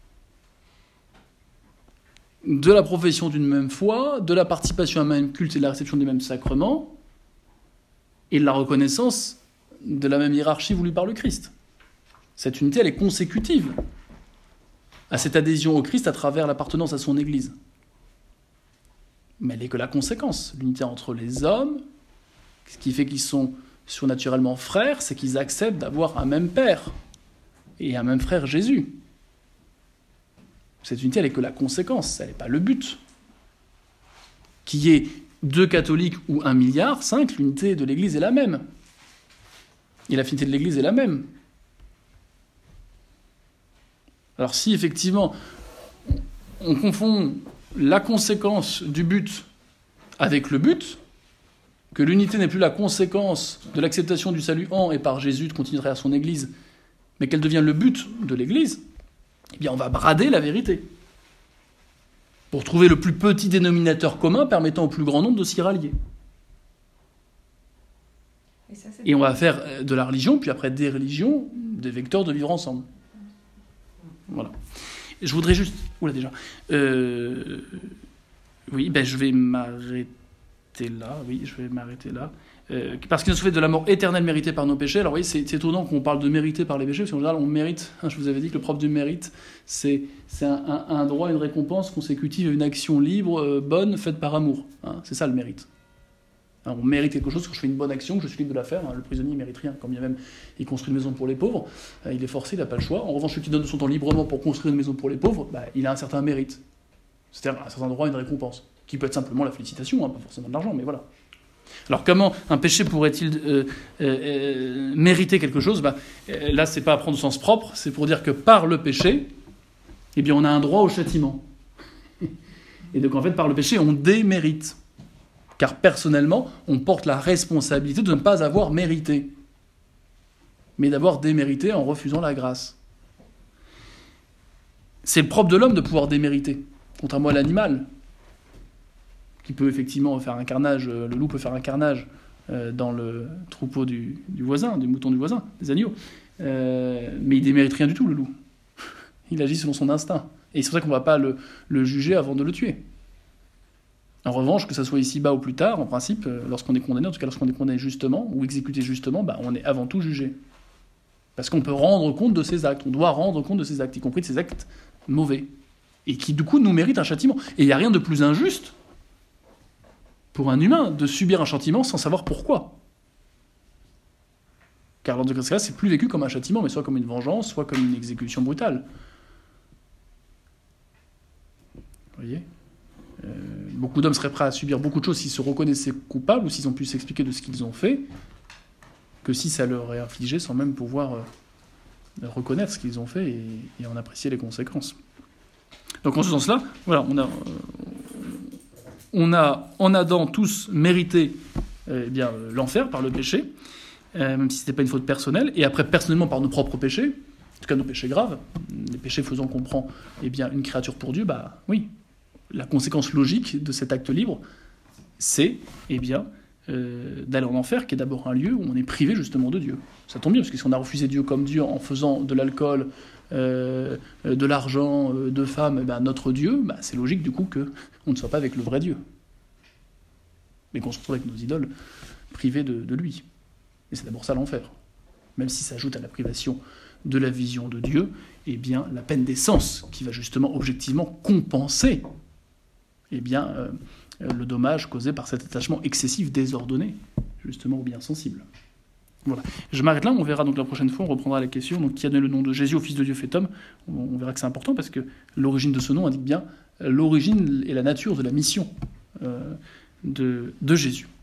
de la profession d'une même foi, de la participation à un même culte et de la réception des mêmes sacrements, et de la reconnaissance de la même hiérarchie voulue par le Christ. Cette unité, elle est consécutive à cette adhésion au Christ à travers l'appartenance à son Église. Mais elle n'est que la conséquence. L'unité entre les hommes, ce qui fait qu'ils sont surnaturellement frères, c'est qu'ils acceptent d'avoir un même Père et un même frère Jésus. Cette unité, elle n'est que la conséquence, elle n'est pas le but. Qu'il y ait 2 catholiques ou 1,5 milliard, l'unité de l'Église est la même. Et la finité de l'Église est la même. Alors si effectivement on confond la conséquence du but avec le but, que l'unité n'est plus la conséquence de l'acceptation du salut en et par Jésus de continuer à travers son Église, mais qu'elle devient le but de l'Église, eh bien on va brader la vérité pour trouver le plus petit dénominateur commun permettant au plus grand nombre de s'y rallier. Et on va faire de la religion, puis après des religions, des vecteurs de vivre ensemble. Voilà. Je voudrais juste... Oula déjà. Oui, je vais m'arrêter là. Parce qu'il nous fait de la mort éternelle méritée par nos péchés. Alors oui, c'est étonnant qu'on parle de mériter par les péchés, parce qu'en général, on mérite. Je vous avais dit que le propre du mérite, c'est un droit, une récompense consécutive à une action libre, bonne, faite par amour. C'est ça le mérite. On mérite quelque chose, quand je fais une bonne action, que je suis libre de la faire. Le prisonnier ne mérite rien, quand bien même il construit une maison pour les pauvres. Il est forcé, il n'a pas le choix. En revanche, celui qui donne de son temps librement pour construire une maison pour les pauvres, il a un certain mérite. C'est-à-dire un certain droit, une récompense. Qui peut être simplement la félicitation, pas forcément de l'argent, mais voilà. Alors comment un péché pourrait-il mériter quelque chose ? Là, c'est pas à prendre au sens propre, c'est pour dire que par le péché, eh bien, on a un droit au châtiment. Et donc en fait, par le péché, on démérite. Car personnellement, on porte la responsabilité de ne pas avoir mérité, mais d'avoir démérité en refusant la grâce. C'est le propre de l'homme de pouvoir démériter, contrairement à l'animal, qui peut effectivement faire un carnage, le loup peut faire un carnage dans le troupeau du voisin, du mouton du voisin, des agneaux. Mais il démérite rien du tout, le loup. Il agit selon son instinct. Et c'est pour ça qu'on ne va pas le juger avant de le tuer. En revanche, que ça soit ici-bas ou plus tard, en principe, lorsqu'on est condamné, en tout cas lorsqu'on est condamné justement, ou exécuté justement, on est avant tout jugé. Parce qu'on peut rendre compte de ses actes, on doit rendre compte de ses actes, y compris de ses actes mauvais. Et qui, du coup, nous méritent un châtiment. Et il n'y a rien de plus injuste pour un humain de subir un châtiment sans savoir pourquoi. Car dans ce cas-là, c'est plus vécu comme un châtiment, mais soit comme une vengeance, soit comme une exécution brutale. Vous voyez ? beaucoup d'hommes seraient prêts à subir beaucoup de choses s'ils se reconnaissaient coupables ou s'ils ont pu s'expliquer de ce qu'ils ont fait, que si ça leur est infligé sans même pouvoir reconnaître ce qu'ils ont fait et en apprécier les conséquences. Donc en ce sens-là, voilà, on a en Adam tous mérité l'enfer par le péché, même si ce n'était pas une faute personnelle, et après personnellement par nos propres péchés, en tout cas nos péchés graves, les péchés faisant qu'on prend une créature pour Dieu, oui, la conséquence logique de cet acte libre, c'est d'aller en enfer, qui est d'abord un lieu où on est privé justement de Dieu. Ça tombe bien, parce que si on a refusé Dieu comme Dieu en faisant de l'alcool, de l'argent, de femmes, notre Dieu, c'est logique du coup qu'on ne soit pas avec le vrai Dieu. Mais qu'on se retrouve avec nos idoles privés de lui. Et c'est d'abord ça l'enfer. Même si ça ajoute à la privation de la vision de Dieu, la peine d'essence qui va justement objectivement compenser le dommage causé par cet attachement excessif, désordonné, justement au bien sensible. Voilà. Je m'arrête là, on verra donc la prochaine fois, on reprendra la question. Donc, qui a donné le nom de Jésus au Fils de Dieu fait homme? On verra que c'est important parce que l'origine de ce nom indique bien l'origine et la nature de la mission de Jésus.